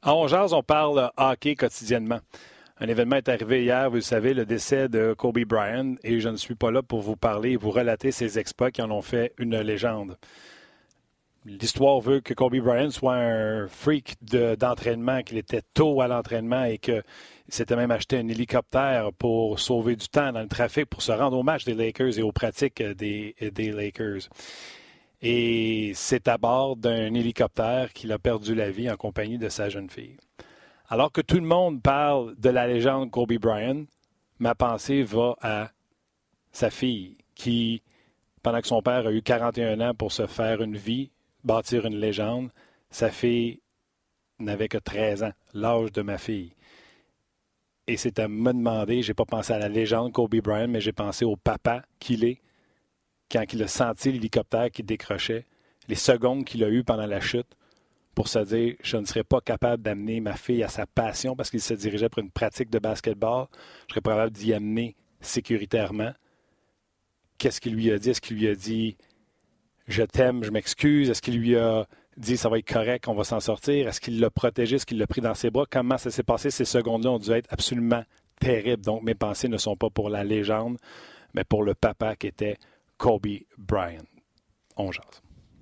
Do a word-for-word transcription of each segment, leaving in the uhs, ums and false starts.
À On jase, on parle hockey quotidiennement. Un événement est arrivé hier, vous le savez, le décès de Kobe Bryant, et je ne suis pas là pour vous parler et vous relater ses exploits qui en ont fait une légende. L'histoire veut que Kobe Bryant soit un freak de, d'entraînement, qu'il était tôt à l'entraînement et qu'il s'était même acheté un hélicoptère pour sauver du temps dans le trafic pour se rendre au match des Lakers et aux pratiques des, des Lakers. Et c'est à bord d'un hélicoptère qu'il a perdu la vie en compagnie de sa jeune fille. Alors que tout le monde parle de la légende Kobe Bryant, ma pensée va à sa fille qui, pendant que son père a eu quarante et un ans pour se faire une vie, bâtir une légende, sa fille n'avait que treize ans, l'âge de ma fille. Et c'est à me demander, j'ai pas pensé à la légende Kobe Bryant, mais j'ai pensé au papa qu'il est, quand il a senti l'hélicoptère qui décrochait, les secondes qu'il a eues pendant la chute, pour se dire, je ne serais pas capable d'amener ma fille à sa passion parce qu'il se dirigeait pour une pratique de basketball. Je serais pas capable d'y amener sécuritairement. Qu'est-ce qu'il lui a dit? Est-ce qu'il lui a dit, je t'aime, je m'excuse? Est-ce qu'il lui a dit, ça va être correct, on va s'en sortir? Est-ce qu'il l'a protégé? Est-ce qu'il l'a pris dans ses bras? Comment ça s'est passé? Ces secondes-là ont dû être absolument terribles. Donc, mes pensées ne sont pas pour la légende, mais pour le papa qui était Kobe Bryant. On jase.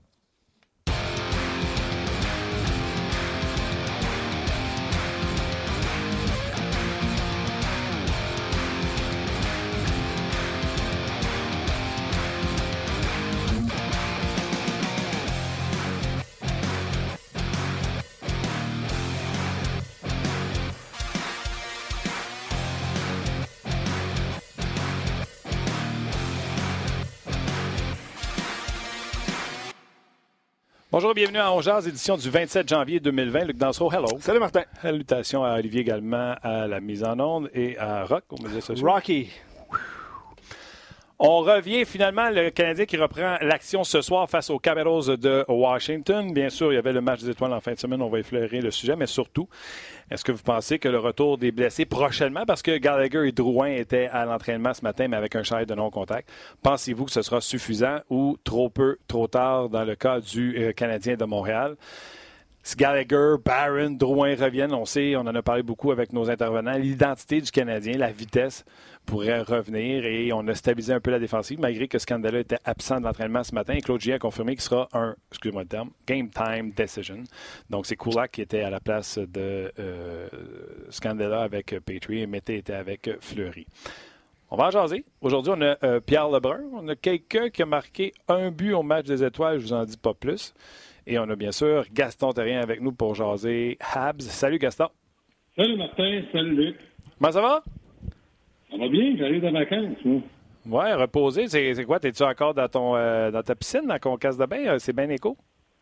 Bonjour, bienvenue à On jase, édition du vingt-sept janvier deux mille vingt. Luc Dansereau, hello. Salut Martin. Salutations à Olivier également à la mise en onde et à Rock, on me disait ça. Rocky. On revient finalement, le Canadien qui reprend l'action ce soir face aux Capitals de Washington. Bien sûr, il y avait le match des étoiles en fin de semaine, on va effleurer le sujet, mais surtout, est-ce que vous pensez que le retour des blessés prochainement, parce que Gallagher et Drouin étaient à l'entraînement ce matin, mais avec un chandail de non-contact, pensez-vous que ce sera suffisant ou trop peu, trop tard dans le cas du euh, Canadien de Montréal? Si Gallagher, Barron, Drouin reviennent, on sait, on en a parlé beaucoup avec nos intervenants, l'identité du Canadien, la vitesse pourrait revenir et on a stabilisé un peu la défensive malgré que Scandella était absent de l'entraînement ce matin et Claude Giroux a confirmé qu'il sera un, excusez-moi le terme, game time decision. Donc c'est Kulak qui était à la place de euh, Scandella avec Petrie et Mété était avec Fleury. On va en jaser. Aujourd'hui, on a euh, Pierre Lebrun. On a quelqu'un qui a marqué un but au match des étoiles, je vous en dis pas plus. Et on a bien sûr Gaston Terrien avec nous pour jaser Habs. Salut Gaston. Salut Martin, salut Luc. Comment ça va? Ça va bien, j'arrive de vacances, moi. Ouais, reposé. C'est, c'est quoi? T'es-tu encore dans ton euh, dans ta piscine, dans ton casse de bain? C'est bien écho?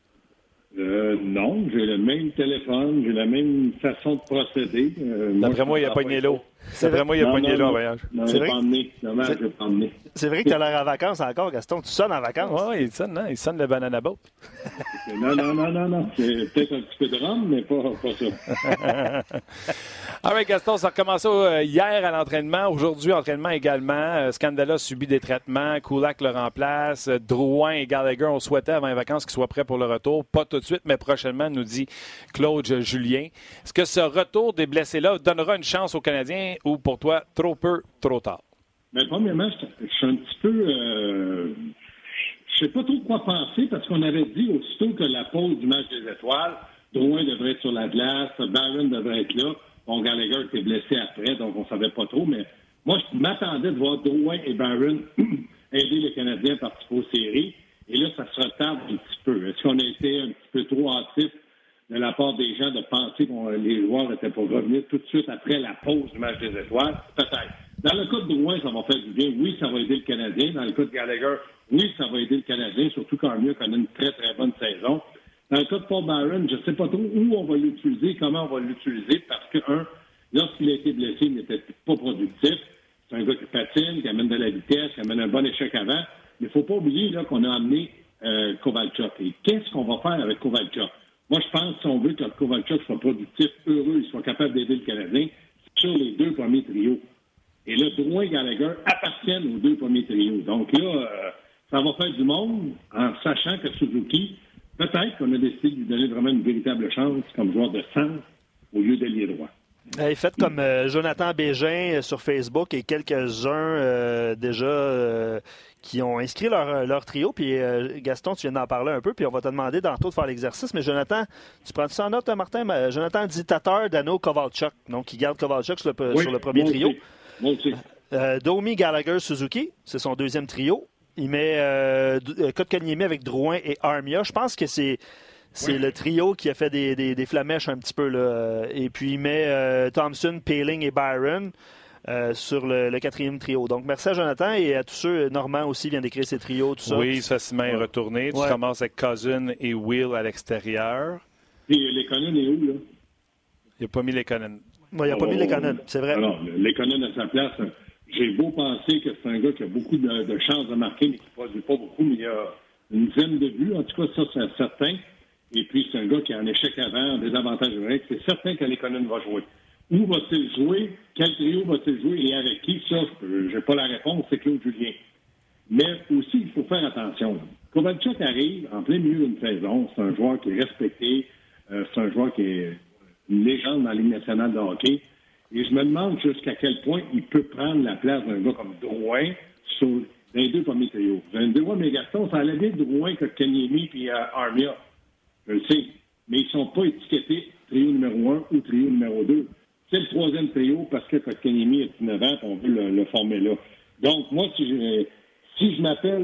Euh, non, j'ai le même téléphone, j'ai la même façon de procéder. Euh, D'après moi, il a pogné l'eau. D'après moi, il a pogné l'eau en voyage. Non, c'est j'ai pas emmené. Dommage, c'est... j'ai pas emmené. C'est vrai que tu as l'air en vacances encore, Gaston. Tu sonnes en vacances. Oui, il sonne, non? Il sonne le banana boat. non, non, non, non, non. C'est peut-être un petit peu de rhum, mais pas, pas ça. All right, Gaston, ça a recommencé euh, hier à l'entraînement. Aujourd'hui, entraînement également. Euh, Scandella subit des traitements. Kulak le remplace. Euh, Drouin et Gallagher, on souhaitait avant les vacances qu'ils soient prêts pour le retour. Pas tout de suite, mais prochainement, nous dit Claude Julien. Est-ce que ce retour des blessés-là donnera une chance aux Canadiens ou pour toi, trop peu, trop tard? Mais premièrement, je suis un petit peu... Euh, je sais pas trop quoi penser parce qu'on avait dit aussitôt que la pause du match des étoiles, Drouin devrait être sur la glace, Barron devrait être là. Bon, Gallagher était blessé après, donc on savait pas trop, mais moi, je m'attendais de voir Drouin et Barron aider les Canadiens à participer aux séries. Et là, ça se retarde un petit peu. Est-ce qu'on a été un petit peu trop hâtif de la part des gens de penser que les joueurs étaient pour revenir tout de suite après la pause du match des étoiles? Peut-être. Dans le cas de Drouin, ça va faire du bien. Oui, ça va aider le Canadien. Dans le cas de Gallagher, oui, ça va aider le Canadien, surtout quand mieux qu'on a une très, très bonne saison. Dans le cas de Paul Barron, je ne sais pas trop où on va l'utiliser, comment on va l'utiliser, parce que, un, lorsqu'il a été blessé, il n'était pas productif. C'est un gars qui patine, qui amène de la vitesse, qui amène un bon échec avant. Mais il ne faut pas oublier là, qu'on a amené euh, Kovalchuk. Et qu'est-ce qu'on va faire avec Kovalchuk? Moi, je pense que si on veut que Kovalchuk soit productif, heureux, il soit capable d'aider le Canadien, c'est sur les deux premiers trios. Et là, Drouin et Gallagher appartiennent aux deux premiers trios. Donc là, euh, ça va faire du monde en sachant que Suzuki, peut-être qu'on a décidé de lui donner vraiment une véritable chance comme joueur de centre. au lieu d'ailier droit. Hey, faites comme euh, Jonathan Bégin euh, sur Facebook et quelques-uns euh, déjà euh, qui ont inscrit leur, leur trio. Puis euh, Gaston, tu viens d'en parler un peu, puis on va te demander tantôt de faire l'exercice. Mais Jonathan, tu prends ça en note, Martin? Mais Jonathan dit Tatar, Dano, Kovalchuk. Donc, il garde Kovalchuk sur le, oui, sur le premier moi trio. Aussi. Moi aussi. Euh, Domi, Gallagher, Suzuki, c'est son deuxième trio. Il met euh, Kotkaniemi avec Drouin et Armia. Je pense que c'est... C'est oui. le trio qui a fait des, des, des flamèches un petit peu. Là. Et puis, il met euh, Thompson, Paling et Byron euh, sur le, le quatrième trio. Donc, merci à Jonathan et à tous ceux. Normand aussi vient d'écrire ses trios, tout ça. Oui, ça se met retourné. Tu ouais. commences avec Cousin et Will à l'extérieur. Et Lekonen est où, là? Il n'a pas mis Lekonen. Oui, il n'a pas oh, mis Lekonen, c'est vrai. Alors, Lekonen à sa place, j'ai beau penser que c'est un gars qui a beaucoup de, de chances de marquer, mais qui ne produit pas beaucoup, mais il a une dizaine de buts. En tout cas, ça, c'est certain. Et puis, c'est un gars qui a un échec avant, des avantages numériques. C'est certain que Lekonen va jouer. Où va-t-il jouer? Quel trio va-t-il jouer? Et avec qui? Ça, je n'ai pas la réponse, c'est Claude Julien. Mais aussi, il faut faire attention. Kovalchuk arrive en plein milieu d'une saison. C'est un joueur qui est respecté. Euh, c'est un joueur qui est une légende dans la Ligue nationale de hockey. Et je me demande jusqu'à quel point il peut prendre la place d'un gars comme Drouin sur les deux premiers trios. Vous allez me dire, ouais, mais Gaston, ça allait bien Drouin que Kotkaniemi puis euh, Armia. Je le sais, mais ils ne sont pas étiquetés trio numéro un ou trio numéro deux. C'est le troisième trio parce que Kotkaniemi a dix-neuf ans, on veut le, le former là. Donc, moi, si je, si je m'appelle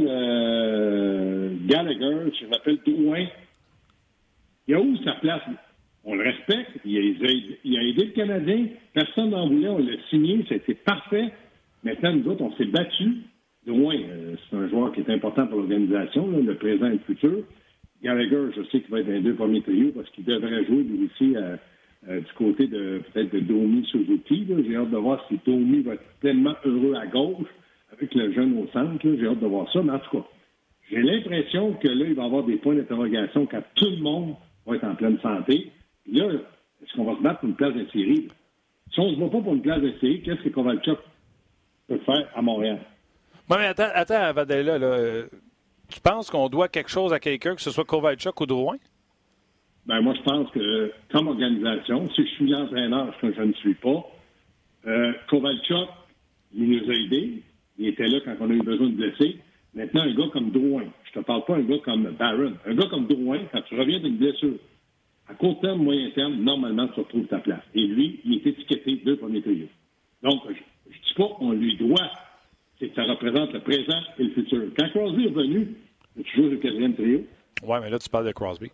euh, Gallagher, si je m'appelle Drouin, il y a où sa place? On le respecte, il a, aidé, il a aidé le Canadien, personne n'en voulait, on l'a signé, c'était parfait. Maintenant, nous autres, on s'est battus. Drouin, euh, c'est un joueur qui est important pour l'organisation, là, le présent et le futur. Gallagher, je sais qu'il va être dans les deux premiers trios parce qu'il devrait jouer lui aussi euh, euh, du côté de peut-être de Domi Suzuki. Là. J'ai hâte de voir si Domi va être pleinement heureux à gauche avec le jeune au centre. Là. J'ai hâte de voir ça. Mais en tout cas, j'ai l'impression que là, il va y avoir des points d'interrogation quand tout le monde va être en pleine santé. Puis là, est-ce qu'on va se battre pour une place de série? Là? Si on ne se bat pas pour une place de série, qu'est-ce que Kovalchuk peut faire à Montréal? Oui, mais attends, attends avant d'aller là, là. Tu penses qu'on doit quelque chose à quelqu'un, que ce soit Kovalchuk ou Drouin? Ben moi, je pense que, comme organisation, si je suis l'entraîneur, ce que je ne suis pas, euh, Kovalchuk, il nous a aidés. Il était là quand on a eu besoin de blesser. Maintenant, un gars comme Drouin, je te parle pas un gars comme Barron, un gars comme Drouin, quand tu reviens d'une blessure, à court terme, moyen terme, normalement, tu retrouves ta place. Et lui, il est étiqueté deux premiers trios. Donc, je ne dis pas qu'on lui doit, c'est que ça représente le présent et le futur. Quand Crosby est venu, tu joues le quatrième trio. Oui, mais là, tu parles de Crosby.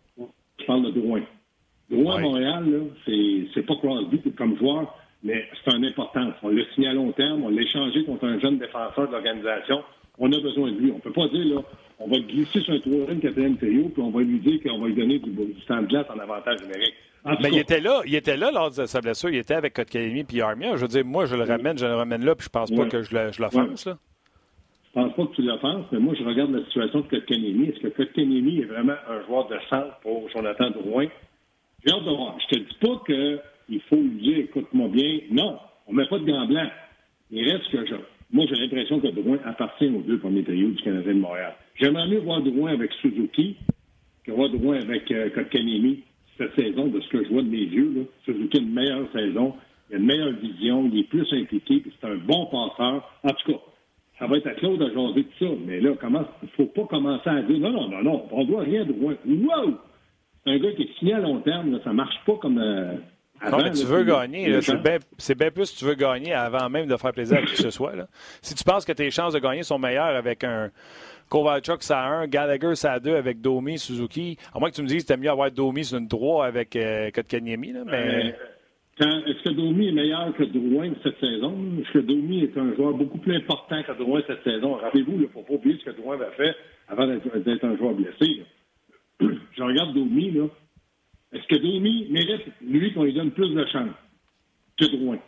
Je parle de Drouin. Drouin ouais. à Montréal, là, c'est, c'est pas Crosby comme joueur, mais c'est un important. On l'a signé à long terme, on l'a échangé contre un jeune défenseur de l'organisation. On a besoin de lui. On ne peut pas dire, là, on va glisser sur un troisième, quatrième trio, puis on va lui dire qu'on va lui donner du, du temps de glace en avantage numérique. En mais cas, il était là, il était là lors de sa blessure, il était avec Kotkaniemi puis Armia. Je veux dire, moi, je le ramène, je le ramène là, puis je pense pas ouais. que je, le, je l'offense, ouais. là. Je pense pas que tu l'offenses, mais moi, je regarde la situation de Kotkaniemi. Est-ce que Kotkaniemi est vraiment un joueur de centre pour Jonathan Drouin? J'ai hâte de voir. Je te dis pas qu'il faut lui dire, écoute-moi bien. Non, on met pas de gants blancs. Il reste que je... Moi, j'ai l'impression que Drouin appartient aux deux premiers trios du Canadien de Montréal. J'aimerais mieux voir Drouin avec Suzuki que voir Drouin avec euh, Kotkaniemi cette saison, de ce que je vois de mes yeux. Là. Suzuki a une meilleure saison, il a une meilleure vision, il est plus impliqué, puis c'est un bon passeur. En tout cas, ça va être à Claude à jaser tout ça. Mais là, il ne faut pas commencer à dire non, non, non, non, on ne doit rien Drouin. Wow! C'est un gars qui est signé à long terme, là, ça ne marche pas comme... Euh, Avant, non, mais tu là, veux gagner. Là, c'est, bien, c'est bien plus que tu veux gagner avant même de faire plaisir à qui que ce soit. Là. Si tu penses que tes chances de gagner sont meilleures avec un Kovalchuk, ça a un, Gallagher, ça a deux avec Domi, Suzuki, à moins que tu me dises que c'était mieux avoir Domi sur une trois avec euh, Kotkaniemi. Là, mais... euh, quand, est-ce que Domi est meilleur que Drouin cette saison? Est-ce que Domi est un joueur beaucoup plus important que Drouin cette saison? Rappelez-vous, il ne faut pas oublier ce que Drouin avait fait avant d'être, d'être un joueur blessé. Là. Je regarde Domi, là. Est-ce que Domi mérite, lui, qu'on lui donne plus de chance que Drouin?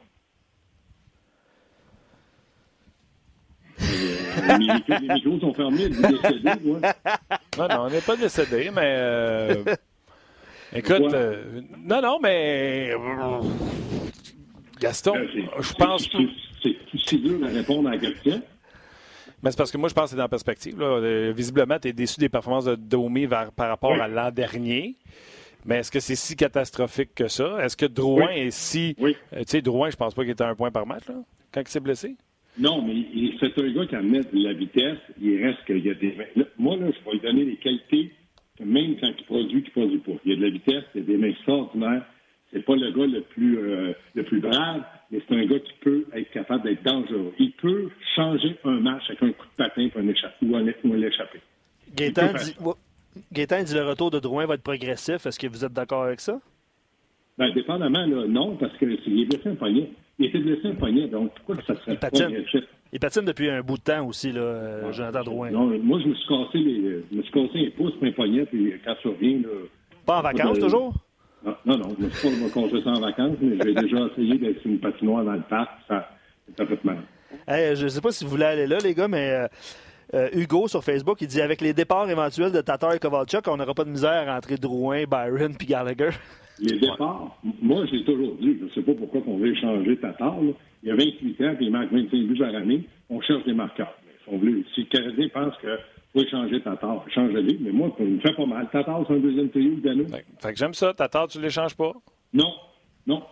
Euh, les, micros, les micros sont fermés, vous êtes décédés, moi. Non, non, on n'est pas décédés, mais... Euh, écoute, euh, non, non, mais... Euh, Gaston, euh, je pense... C'est, c'est, c'est si dur à répondre à la question. Mais c'est parce que moi, je pense que c'est dans la perspective. Là. Euh, visiblement, tu es déçu des performances de Domi vers, par rapport oui. à l'an dernier. Mais est-ce que c'est si catastrophique que ça? Est-ce que Drouin oui. est si... Oui. Euh, tu sais, Drouin, je pense pas qu'il était à un point par match, là, quand il s'est blessé. Non, mais il, c'est un gars qui amenait de la vitesse. Il reste qu'il y a des... Là, moi, là, je vais lui donner les qualités, que même quand il produit, qu'il produit pas. Il y a de la vitesse, il y a des mains extraordinaires. C'est pas le gars le plus euh, le plus brave, mais c'est un gars qui peut être capable d'être dangereux. Il peut changer un match avec un coup de patin pour un échappé, ou un, ou un échappé. Gaétan dit, Gaétan dit le retour de Drouin va être progressif. Est-ce que vous êtes d'accord avec ça? Bien, dépendamment, là, non, parce qu'il est blessé un poignet. Il était blessé un poignet, donc pourquoi ça serait il patine. progressif? Il patine depuis un bout de temps aussi, là, euh, Jonathan Drouin. Non, moi, je me suis cassé les, je me suis cassé un pouce pour un poignet, puis quand ça revient, là... Pas en vacances, euh, toujours? Non, non, non, je ne me suis pas cassé ça en vacances, mais j'ai déjà essayé d'être sur une patinoire dans le parc, ça a fait mal. Hey, je ne sais pas si vous voulez aller là, les gars, mais euh, euh, Hugo, sur Facebook, il dit « Avec les départs éventuels de Tatar et Kovalchuk, on n'aura pas de misère à entrer Drouin, Byron puis Gallagher. » Les départs, moi, j'ai toujours dit, je ne sais pas pourquoi on veut échanger Tatar, là. Il y a vingt-huit ans, puis il marque vingt-cinq buts par année, on cherche des marqueurs. Mais on veut, si le Canadien pense qu'il faut échanger Tatar, change-le. Mais moi, il me fait pas mal. Tatar, c'est un deuxième trio de Dano. Fait que j'aime ça. Tatar, tu ne l'échanges pas? Non, non.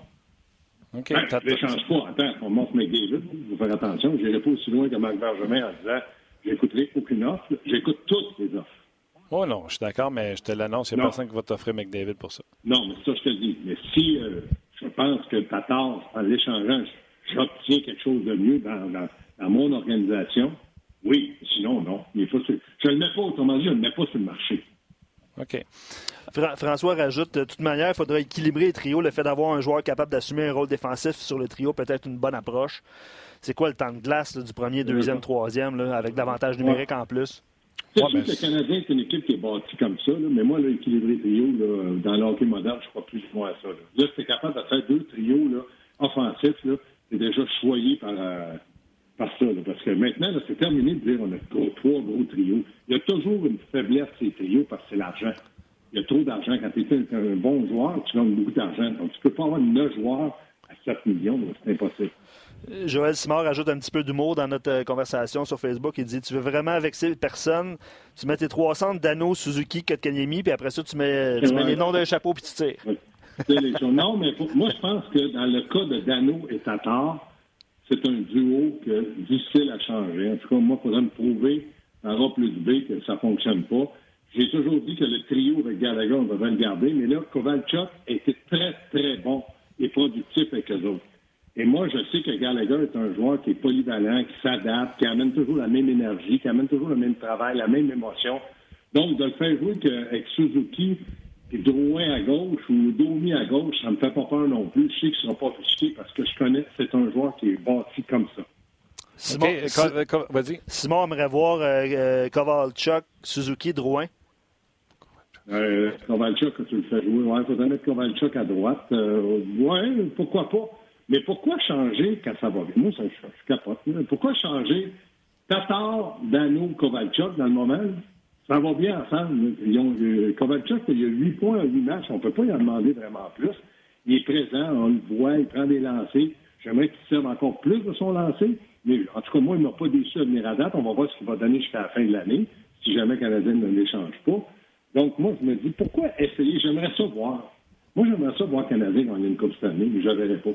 OK. Ben, je ne l'échange pas. Attends, on monte McDavid. Il faut faire attention. Je n'irai pas aussi loin que Marc Bergevin en disant j'écouterai aucune offre. J'écoute toutes les offres. Oh non, je suis d'accord, mais je te l'annonce, il n'y a Non. personne qui va t'offrir McDavid pour ça. Non, mais ça, je te le dis. Mais si euh, je pense que Tatar, en l'échangeant, j'obtiens quelque chose de mieux dans, dans, dans mon organisation, oui. Sinon, non. Il faut, je ne le mets pas, autrement dit, je ne le mets pas sur le marché. OK. Fra- François rajoute, de toute manière, il faudra équilibrer les trios. Le fait d'avoir un joueur capable d'assumer un rôle défensif sur le trio peut être une bonne approche. C'est quoi le temps de glace là, du premier, deuxième, troisième, là, avec davantage numérique en plus? C'est Ouais, sûr ben, que le Canadien, c'est une équipe qui est bâtie comme ça, là, mais moi, là, équilibrer trio, là, dans le hockey moderne, je crois plus ou moins à ça. Là, là c'est capable de faire deux trios là, offensifs, là, c'est déjà choyé par, euh, par ça. Là, parce que maintenant, là, c'est terminé de dire on a gros, trois gros trios. Il y a toujours une faiblesse ces trios parce que c'est l'argent. Il y a trop d'argent. Quand tu es un, un bon joueur, tu gagnes beaucoup d'argent. Donc, tu peux pas avoir neuf joueurs à sept millions. Là, c'est impossible. Joël Simard ajoute un petit peu d'humour dans notre euh, conversation sur Facebook. Il dit « Tu veux vraiment vexer personne, tu mets tes trois centres, Dano, Suzuki, Kotkaniemi, puis après ça, tu mets, tu mets les noms d'un chapeau puis tu tires. Oui. » Les non, mais pour, moi, je pense que dans le cas de Dano et Tatar, c'est un duo que, difficile à changer. En tout cas, moi, il faudrait me prouver en A plus B que ça ne fonctionne pas. J'ai toujours dit que le trio avec Gallagher, on devrait le garder, mais là, Kovalchuk a été très, très bon et productif avec eux autres. Et moi, je sais que Gallagher est un joueur qui est polyvalent, qui s'adapte, qui amène toujours la même énergie, qui amène toujours le même travail, la même émotion. Donc, de le faire jouer avec Suzuki et Drouin à gauche ou Domi à gauche, ça ne me fait pas peur non plus. Je sais qu'il ne sera pas offusqué parce que je connais, c'est un joueur qui est bâti comme ça. Simon, OK, co- co- vas-y. Simon aimerait voir euh, euh, Kovalchuk, Suzuki, Drouin. Euh, Kovalchuk, tu le fais jouer. Ouais, il faudrait mettre Kovalchuk à droite. Euh, ouais, pourquoi pas? Mais pourquoi changer quand ça va bien? Moi, ça, je, je capote. Là. Pourquoi changer Tatar, Dano, Kovalchuk dans le moment? Ça va bien ensemble. Ils ont, euh, Kovalchuk, il y a huit points en huit matchs. On ne peut pas y en demander vraiment plus. Il est présent, on le voit, il prend des lancers. J'aimerais qu'il serve encore plus de son lancer. Mais en tout cas, moi, il ne m'a pas déçu à venir à date. On va voir ce qu'il va donner jusqu'à la fin de l'année, si jamais le Canadien ne l'échange pas. Donc, moi, je me dis, pourquoi essayer? J'aimerais ça voir. Moi, j'aimerais ça voir le Canadien gagner une Coupe cette année, mais je ne verrai pas.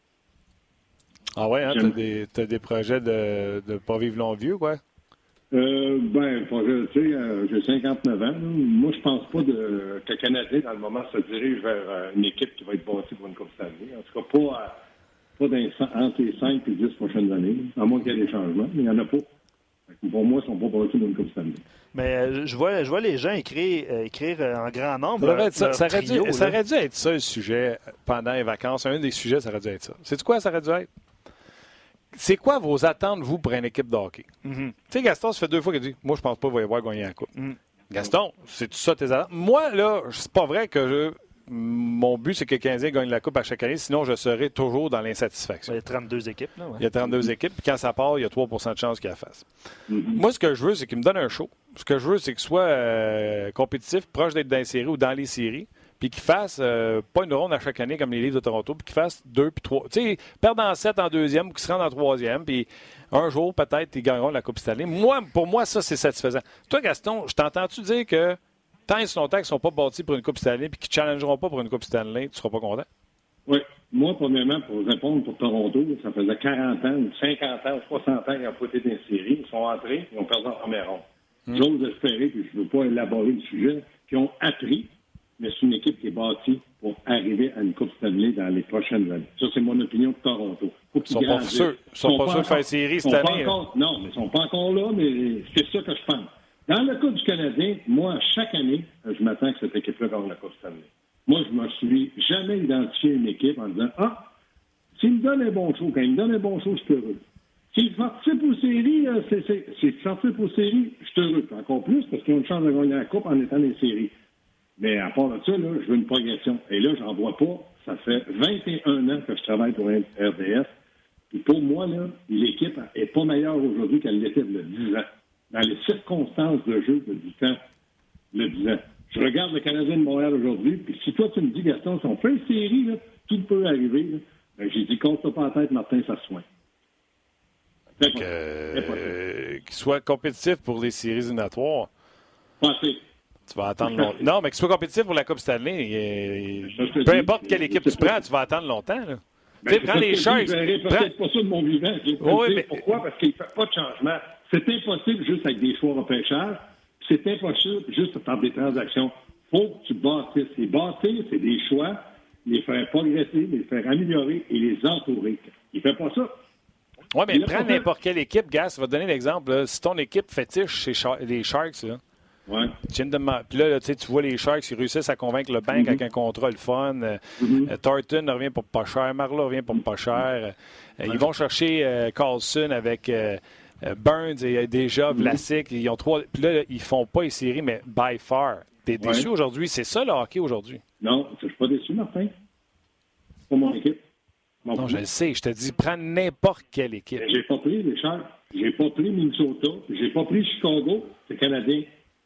Ah ouais, hein, J'aime- t'as des, t'as des projets de ne pas vivre long vieux, quoi? Euh, ben, pas- tu sais, euh, j'ai cinquante-neuf ans. Là. Moi, je pense pas de, que le Canadien, dans le moment, se dirige vers euh, une équipe qui va être bâtie pour une Coupe cette année. En tout cas, pas, à, pas dans les, cent- entre les cinq et dix prochaines années. Là. À moins qu'il y ait des changements, mais il n'y en a pas. Fait que pour moi, ils ne sont pas bâtis pour une Coupe cette année. Mais euh, je vois, je vois les gens écrire, euh, écrire euh, en grand nombre. Ça, devrait leur- être ça, leur ça, aurait dû, trio, ça là. aurait dû être ça, le sujet, pendant les vacances. Un des sujets, ça aurait dû être ça. C'est quoi, ça aurait dû être? C'est quoi vos attentes, vous, pour une équipe de hockey? Mhm. Tu sais, Gaston, ça fait deux fois qu'il dit « Moi, je pense pas qu'il va y avoir gagné la Coupe. Mm. Gaston, c'est tout ça tes attentes? Moi, là, c'est pas vrai que je... Mon but, c'est que le Canadien gagne la Coupe à chaque année, sinon je serai toujours dans l'insatisfaction. Il y a trente-deux équipes. Là, ouais. Il y a trente-deux équipes, puis quand ça part, il y a trois pour cent de chance qu'il la fasse. Mm-hmm. Moi, ce que je veux, c'est qu'il me donne un show. Ce que je veux, c'est qu'il soit euh, compétitif, proche d'être dans les séries ou dans les séries, puis qu'il fasse euh, pas une ronde à chaque année comme les Leafs de Toronto, puis qu'il fasse deux puis trois. Tu sais, perdre en sept en deuxième, ou qu'il se rende en troisième, puis un jour, peut-être, ils gagneront la Coupe cette année. Moi, pour moi, ça, c'est satisfaisant. Toi, Gaston, je t'entends-tu dire que tant et si longtemps qu'ils ne sont pas bâtis pour une Coupe Stanley et qu'ils ne challengeront pas pour une Coupe Stanley, tu ne seras pas content? Oui. Moi, premièrement, pour répondre pour Toronto, ça faisait quarante ans, ou cinquante ans, ou soixante ans qu'ils n'ont pas été dans les séries. Ils sont entrés, ils ont perdu en première ronde. Mm. J'ose espérer, puis je ne veux pas élaborer le sujet, qu'ils ont appris, mais c'est une équipe qui est bâtie pour arriver à une Coupe Stanley dans les prochaines années. Ça, c'est mon opinion de Toronto. Ils ne sont pas sûrs ils sont pas sûrs de faire série cette année. Encore, non, mais ils ne sont pas encore là, mais c'est ça que je pense. Dans le cas du Canadien, moi, chaque année, je m'attends que cette équipe-là gagne la Coupe Stanley. Moi, je ne me suis jamais identifié une équipe en disant « Ah, s'il me donne un bon show, quand il me donne un bon show, je suis heureux. S'il participe aux séries, c'est, c'est, s'il participe aux séries, je suis heureux. Encore plus parce qu'ils ont une chance de gagner la Coupe en étant dans les séries. Mais à part de ça, là, je veux une progression. Et là, j'en vois pas. Ça fait vingt et un ans que je travaille pour un R D S. Et pour moi, là, l'équipe est pas meilleure aujourd'hui qu'elle l'était il y a dix ans. Dans les circonstances de jeu de du temps, le dix ans. Je regarde le Canadien de Montréal aujourd'hui, puis si toi, tu me dis, Gaston, si on fait une série, là, tout peut arriver, là, ben, j'ai dit, compte pas en tête, Martin, ça se soigne. Euh, qu'il soit compétitif pour les séries éliminatoires. Pensez. Tu vas attendre longtemps. Non, mais qu'il soit compétitif pour la Coupe Stanley. Et... Peu dis, importe quelle équipe tu prends, tu vas attendre longtemps. Là. Ben, prends les Sharks. Je verrai peut-être prends... pas ça de mon vivant. Oui, mais... Pourquoi? Parce qu'il ne fait pas de changement. C'est impossible juste avec des choix repêchage. C'est impossible juste par des transactions. Il faut que tu bâtisses. Les bâtir, c'est des choix, les faire progresser, les faire améliorer et les entourer. Il ne fait pas ça. Oui, mais prends n'importe quelle équipe, Gas. Je vais te donner l'exemple. Là. Si ton équipe fétiche, c'est Char- les Sharks, là, ouais. tu viens de ma... Puis là, là tu vois les Sharks, ils réussissent à convaincre le bank mm-hmm. avec un contrat le fun. Mm-hmm. Euh, Thornton revient pour pas cher. Marla revient pour pas cher. Euh, ouais. Ils vont chercher euh, Carlson avec euh, euh, Burns et déjà mm-hmm. Vlasic. Ils ont trois. Puis là, là, ils font pas les séries, mais by far. T'es déçu ouais. aujourd'hui? C'est ça le hockey aujourd'hui? Non, je suis pas déçu, Martin. C'est pas mon équipe. Mon non, je le sais. Je te dis, prends n'importe quelle équipe. J'ai pas pris les Sharks. J'ai pas pris Minnesota. J'ai pas pris Chicago. C'est Canadien.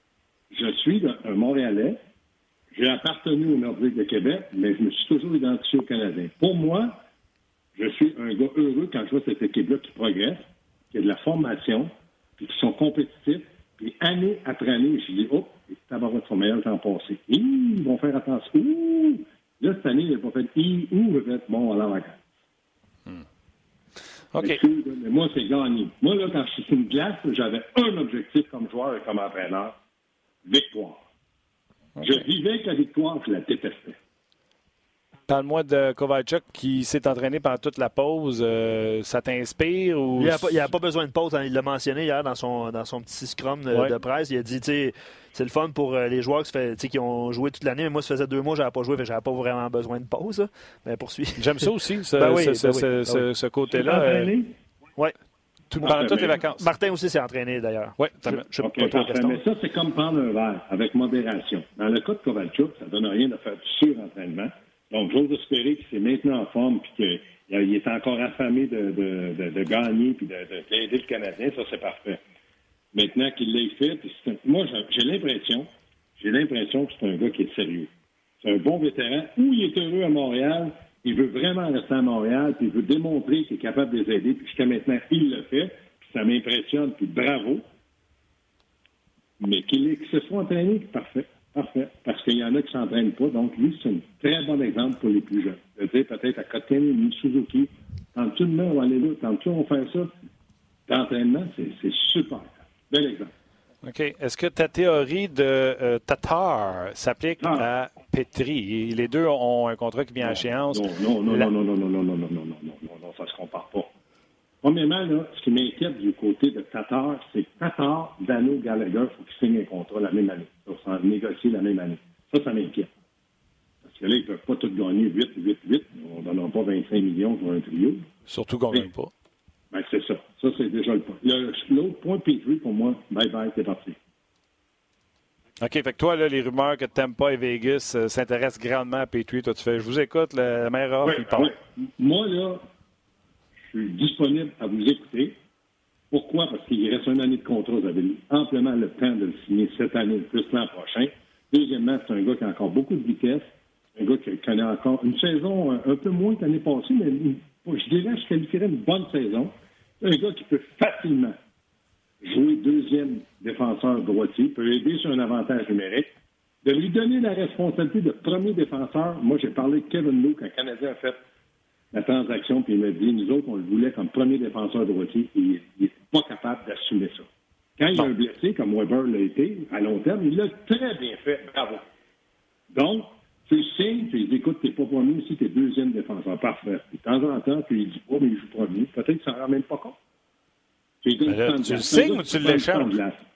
Je suis un Montréalais. J'ai appartenu au Nordique de Québec, mais je me suis toujours identifié au Canadien. Pour moi, je suis un gars heureux quand je vois cette équipe-là qui progresse, qui a de la formation, puis qui sont compétitifs. Puis année après année, je dis, oh, les tabarouettes sont meilleurs que l'an passé. Hi, ils vont faire attention. Ouh! Là, cette année, ils n'ont pas fait hi, ou ils vont être bon à la vacances. Hmm. OK. Mais, mais moi, c'est gagné. Moi, là, quand je suis sur une glace, j'avais un objectif comme joueur et comme entraîneur. Victoire. Okay. Je vivais avec la victoire, je la détestais. Parle-moi de Kovalchuk qui s'est entraîné pendant toute la pause. Euh, ça t'inspire? Ou... Il n'a pas, pas besoin de pause. Hein. Il l'a mentionné hier dans son, dans son petit scrum de, ouais. de presse. Il a dit, tu sais, c'est le fun pour les joueurs qui, fait, qui ont joué toute l'année. Mais moi, ça faisait deux mois que je n'avais pas joué. Je n'avais pas vraiment besoin de pause. Là. Mais poursuis. J'aime ça aussi, ce, ben oui, ce, ben ce, oui, ce, ben oui. ce côté-là. Euh... Oui. Tout, pendant toutes les vacances. Martin aussi s'est entraîné, d'ailleurs. Oui, je, je okay, pas trop mais ça, c'est comme prendre un verre, avec modération. Dans le cas de Kovalchuk, ça ne donne rien de faire du surentraînement. Donc, j'ose espérer qu'il s'est maintenant en forme et qu'il est encore affamé de, de, de, de gagner et de, de, d'aider le Canadien. Ça, c'est parfait. Maintenant qu'il l'ait fait, puis c'est un, moi, j'ai l'impression, j'ai l'impression que c'est un gars qui est sérieux. C'est un bon vétéran. Ou il est heureux à Montréal, il veut vraiment rester à Montréal, puis il veut démontrer qu'il est capable de les aider, puis jusqu'à maintenant, il le fait, puis ça m'impressionne, puis bravo. Mais qu'il, qu'il se soit entraîné, parfait, parfait. Parce qu'il y en a qui ne s'entraînent pas, donc lui, c'est un très bon exemple pour les plus jeunes. De dire peut-être à Kotkaniemi, Suzuki, tant tout le monde va aller là, tant tout on va faire ça, l'entraînement, c'est, c'est super. Bel exemple. OK. Est-ce que ta théorie de euh, Tatar s'applique ah. à Petrie? Les deux ont un contrat qui vient à échéance. Non, non, non, La... non, non, non, non, non, non, non, non, non, non, non, non, ça ne se compare pas. Premièrement, là, ce qui m'inquiète du côté de Tatar, c'est que Tatar, Dano, Gallagher, il faut qu'ils signent un contrat la même année. Ils vont négocier la même année. Ça, ça m'inquiète. Parce que là, ils ne peuvent pas tous gagner huit, huit, huit. On ne donnera pas vingt-cinq millions pour un trio. Surtout qu'on ne gagne pas. Ben, c'est ça. Ça, c'est déjà le point. Le, l'autre point, Petrie, pour moi, bye-bye, c'est parti. OK. Fait que toi, là, les rumeurs que Tampa et Vegas euh, s'intéressent grandement à Petrie, toi, tu fais, je vous écoute, la, la meilleure offre, ouais, il parle. Ouais. Moi, là, je suis disponible à vous écouter. Pourquoi? Parce qu'il reste une année de contrat. Vous avez amplement le temps de le signer cette année, plus l'an prochain. Deuxièmement, c'est un gars qui a encore beaucoup de vitesse. Un gars qui connaît encore une saison un, un peu moins que l'année passée, mais une, je dirais que je qualifierais une bonne saison. Un gars qui peut facilement jouer deuxième défenseur droitier, peut aider sur un avantage numérique. de lui donner la responsabilité de premier défenseur. Moi, j'ai parlé de Kevin Lowe quand le Canadien a fait la transaction, puis il m'a dit, nous autres, on le voulait comme premier défenseur droitier, et il n'est pas capable d'assumer ça. Quand il y a un blessé, comme Weber l'a été, à long terme, il l'a très bien fait. Bravo. Donc, tu le signes, tu lui dis, écoute, t'es pas premier ici, t'es deuxième défenseur. Parfait. Puis, de temps en temps, tu lui dis pas, mais il joue premier. Peut-être qu'il s'en rend même pas compte. Tu, là, tu le signes ou tu l'échanges?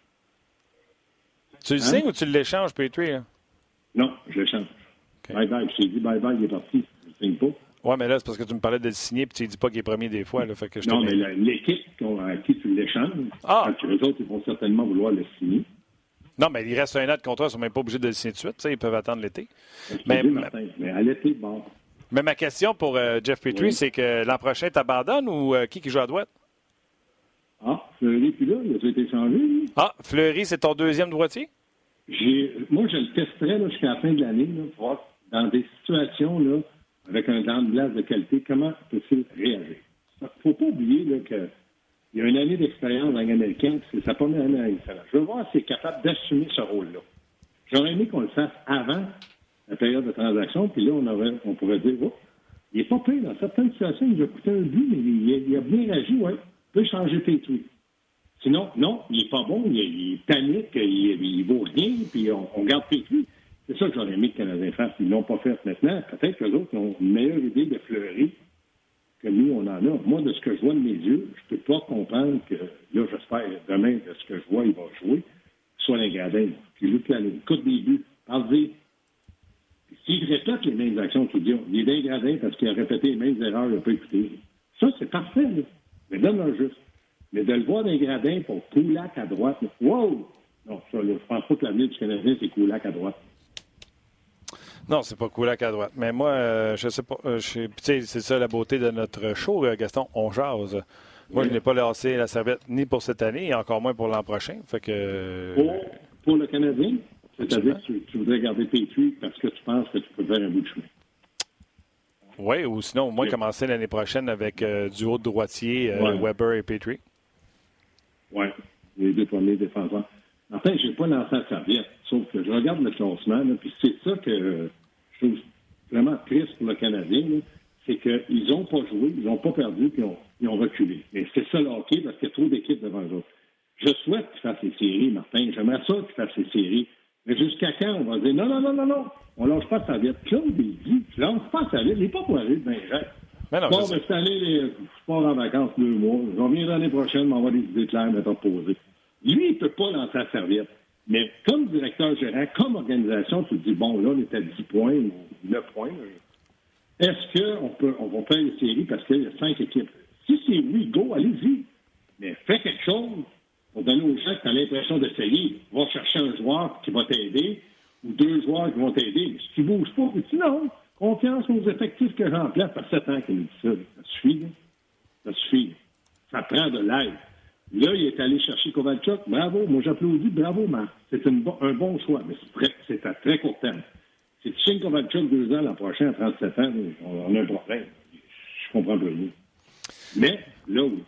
Tu le hein? signes ou tu l'échanges, Petrie? Hein? Non, je l'échange. Okay. Bye bye. Je t'ai dit bye bye, il est parti. Je le signe pas. Oui, mais là, c'est parce que tu me parlais de le signer puis tu ne dis pas qu'il est premier des fois. Là, fait que je non, mais la, l'équipe à qui tu l'échanges, ah. quand les autres, ils vont certainement vouloir le signer. Non, mais il reste un an de contrat, ils ne sont même pas obligés de le signer tout de suite. Ils peuvent attendre l'été. Mais, Martin, mais à l'été, bon. Mais ma question pour euh, Jeff Petrie, oui. c'est que l'an prochain, tu abandonnes ou euh, qui qui joue à droite? Ah, Fleury, puis là, il a été échangé. Lui. Ah, Fleury, c'est ton deuxième droitier? J'ai, moi, je le testerais là, jusqu'à la fin de l'année, là, pour voir dans des situations, là, avec un dent de glace de qualité, comment peut-il réagir? Il ne faut pas oublier là, qu'il y a une année d'expérience dans l'américain, c'est sa première année à l'extérieur. Je veux voir s'il est capable d'assumer ce rôle-là. J'aurais aimé qu'on le fasse avant la période de transaction, puis là, on, aurait, on pourrait dire, oh, il n'est pas pire. Dans certaines situations, il nous a coûté un but, mais il, il a bien réagi, oui. Il peut changer Petrie. Sinon, non, il n'est pas bon, il, il panique, il ne vaut rien, puis on, on garde Petrie. C'est ça que j'aurais aimé que les Canadiens fassent. Ils ne l'ont pas fait maintenant. Peut-être que les autres ont une meilleure idée de Fleury que nous, on en a. Moi, de ce que je vois de mes yeux, je ne peux pas comprendre que, là, j'espère, demain, de ce que je vois, il va jouer, soit les gradins. Puis, lui, puis, il coûte des buts. Parle-y. S'il répète les mêmes actions qu'il dit, il est des gradins parce qu'il a répété les mêmes erreurs, il n'a pas écouté. Ça, c'est parfait, là. Mais donne-leur juste. Mais de le voir des gradins pour Kulak à droite, là, wow! Non, ça, là, je pense pas que l'avenir du Canadien, c'est Kulak à droite. Non, c'est pas Kulak à droite. Mais moi, euh, je sais pas. Euh, je, c'est ça la beauté de notre show, Gaston. On jase. Moi, oui. je n'ai pas lancé la serviette ni pour cette année, et encore moins pour l'an prochain. Fait que. Pour, pour le Canadien, c'est-à-dire que tu, tu voudrais garder Petrie parce que tu penses que tu peux faire un bout de chemin. Oui, ou sinon, au moins oui. commencer l'année prochaine avec euh, du haut de droitier, euh, ouais. Weber et Petrie. Oui, les deux premiers défenseurs. Enfin, je n'ai pas lancé la serviette, sauf que je regarde le classement, là, puis c'est ça que euh, je trouve vraiment triste pour le Canadien, là, c'est qu'ils n'ont pas joué, ils n'ont pas perdu, puis ont, ils ont reculé. Mais c'est ça le hockey, parce qu'il y a trop d'équipes devant eux autres. Je souhaite qu'ils fassent les séries, Martin. J'aimerais ça qu'ils fassent les séries. Mais jusqu'à quand on va dire non, non, non, non, non, on ne lâche pas la serviette. Claude, il dit, tu ne lances pas la serviette, il n'est pas poiré de Benjamin. Mais non, bon, cette année, les, je pars en vacances deux mois. Je reviens l'année prochaine, m'envoie des idées claires, m'être reposé. Lui, il ne peut pas lancer la serviette. Mais comme directeur gérant, comme organisation, tu te dis, bon, là, on est à dix points ou neuf points. Est-ce qu'on peut, on va faire une série parce qu'il y a cinq équipes? Si c'est oui, go, allez-y. Mais fais quelque chose pour donner aux gens qui ont l'impression d'essayer. Va chercher un joueur qui va t'aider ou deux joueurs qui vont t'aider. Si tu ne bouges pas, tu dis non. Confiance aux effectifs que j'en place. Ça fait sept ans qu'il me dit ça. Ça suffit. Là. Ça suffit. Ça prend de l'aide. Là, il est allé chercher Kovalchuk. Bravo. Moi, j'applaudis. Bravo, Marc. C'est une bo- un bon choix, mais c'est, très, c'est à très court terme. Si tu signes Kovalchuk deux ans l'an prochain, à trente-sept ans, on, on a un problème. Je comprends pas rien. Mais, là, oui.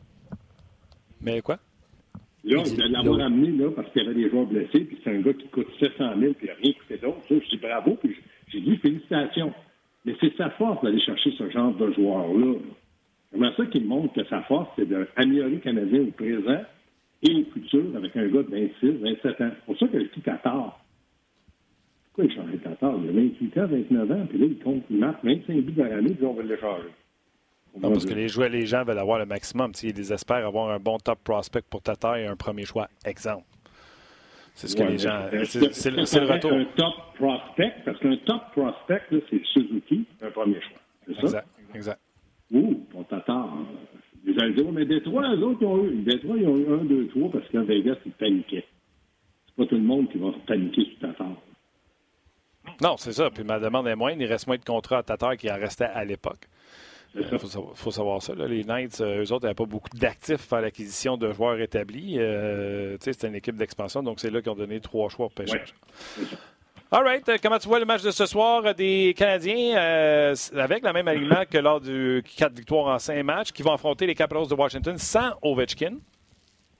Mais quoi? Là, de l'avoir amené, là, parce qu'il y avait des joueurs blessés, puis c'est un gars qui coûte sept cent mille, puis il n'a rien coûté d'autre. Ça, je dis bravo, puis j'ai dit félicitations. Mais c'est sa force d'aller chercher ce genre de joueurs-là. Comment ça qu'il montre que sa force, c'est d'améliorer le Canadien au présent et au futur avec un gars de vingt-six, vingt-sept ans. C'est pour ça que le Tatar. Pourquoi il change Tatar? Il a vingt-huit ans, vingt-neuf ans, puis là, il compte, il marque vingt-cinq buts dans l'année, puis on va le changer. Non, parce que les joueurs, les gens veulent avoir le maximum. Ils désespèrent avoir un bon top prospect pour Tatar et un premier choix. Exemple. C'est ce que ouais, les gens. C'est, c'est, c'est, c'est, c'est le retour. Un top prospect, parce qu'un top prospect, là, c'est Suzuki, un premier choix. C'est ça? Exact. Exact. Ouh, pour Tatar. Vous allez dire, mais Détroit, eux autres, ils ont eu. Détroit, ils ont eu un, deux, trois, parce que Vegas, ils paniquaient. C'est pas tout le monde qui va paniquer sur Tatar. Non, c'est ça. Puis ma demande est moindre. Il reste moins de contrats à Tatar qu'il en restait à l'époque. Il euh, faut, savoir, faut savoir ça. Là. Les Knights, euh, eux autres, n'avaient pas beaucoup d'actifs pour l'acquisition de joueurs établis. Euh, c'était une équipe d'expansion, donc c'est là qu'ils ont donné trois choix au pêchage. Ouais. All right. Comment tu vois le match de ce soir des Canadiens euh, avec le même alignement que lors du quatre victoires en cinq matchs qui vont affronter les Capitals de Washington sans Ovechkin?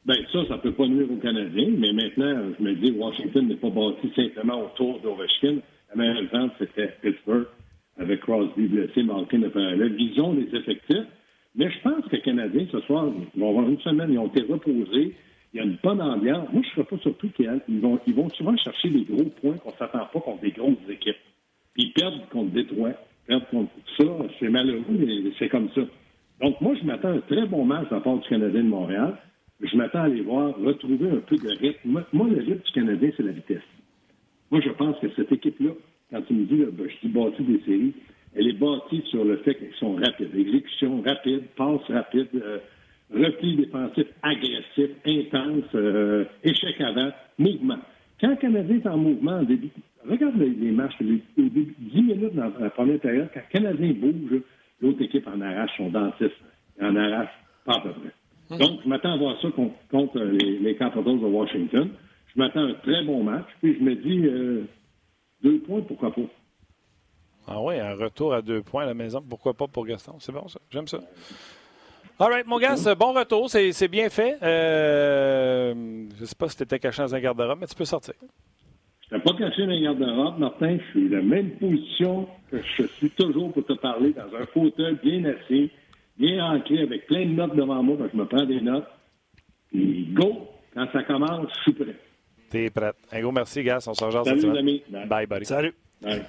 Bien, ça, ça ne peut pas nuire aux Canadiens, mais maintenant, je me dis, Washington n'est pas bâti simplement autour d'Ovechkin. La meilleure exemple, c'était Pittsburgh, avec Crosby blessé, Malkin de parallèle. Ils ont les effectifs, mais je pense que les Canadiens, ce soir, ils vont avoir une semaine, ils ont été reposés. Il y a une bonne ambiance. Moi, je ne serais pas surpris qu'ils vont, ils vont souvent chercher des gros points qu'on ne s'attend pas contre des grosses équipes. Puis ils perdent contre Détroit, perdent contre ça. C'est malheureux, mais c'est comme ça. Donc, moi, je m'attends à un très bon match de la part du Canadien de Montréal. Je m'attends à les voir retrouver un peu de rythme. Moi, moi le rythme du Canadien, c'est la vitesse. Moi, je pense que cette équipe-là, quand tu me dis, là, ben, je dis bâtie des séries, elle est bâtie sur le fait qu'ils sont rapides. Exécution rapide, passe rapide, euh, repli défensif agressif, intense, euh, échec avant, mouvement. Quand le Canadien est en mouvement, en début, regarde les, les matchs, les, au début, dix minutes dans la première période, quand le Canadien bouge, l'autre équipe en arrache son dentiste. Il en arrache pas à peu près. Donc, je m'attends à voir ça contre, contre les, les Capitals de Washington. Je m'attends à un très bon match. Puis je me dis, euh, deux points, pourquoi pas? Ah oui, un retour à deux points à la maison. Pourquoi pas pour Gaston? C'est bon, ça. J'aime ça. All right, mon gars, bon retour. C'est, c'est bien fait. Euh, je ne sais pas si tu étais caché dans un garde-robe, mais tu peux sortir. Je n'étais pas caché dans un garde-robe, Martin. Je suis dans la même position que je suis toujours pour te parler, dans un fauteuil bien assis, bien ancré, avec plein de notes devant moi, parce que je me prends des notes. Puis go! Quand ça commence, je suis prêt. T'es prêt. Un gros merci, Gas. On se rejoint cette semaine. Salut, les amis. Bye, buddy. Salut. Bye.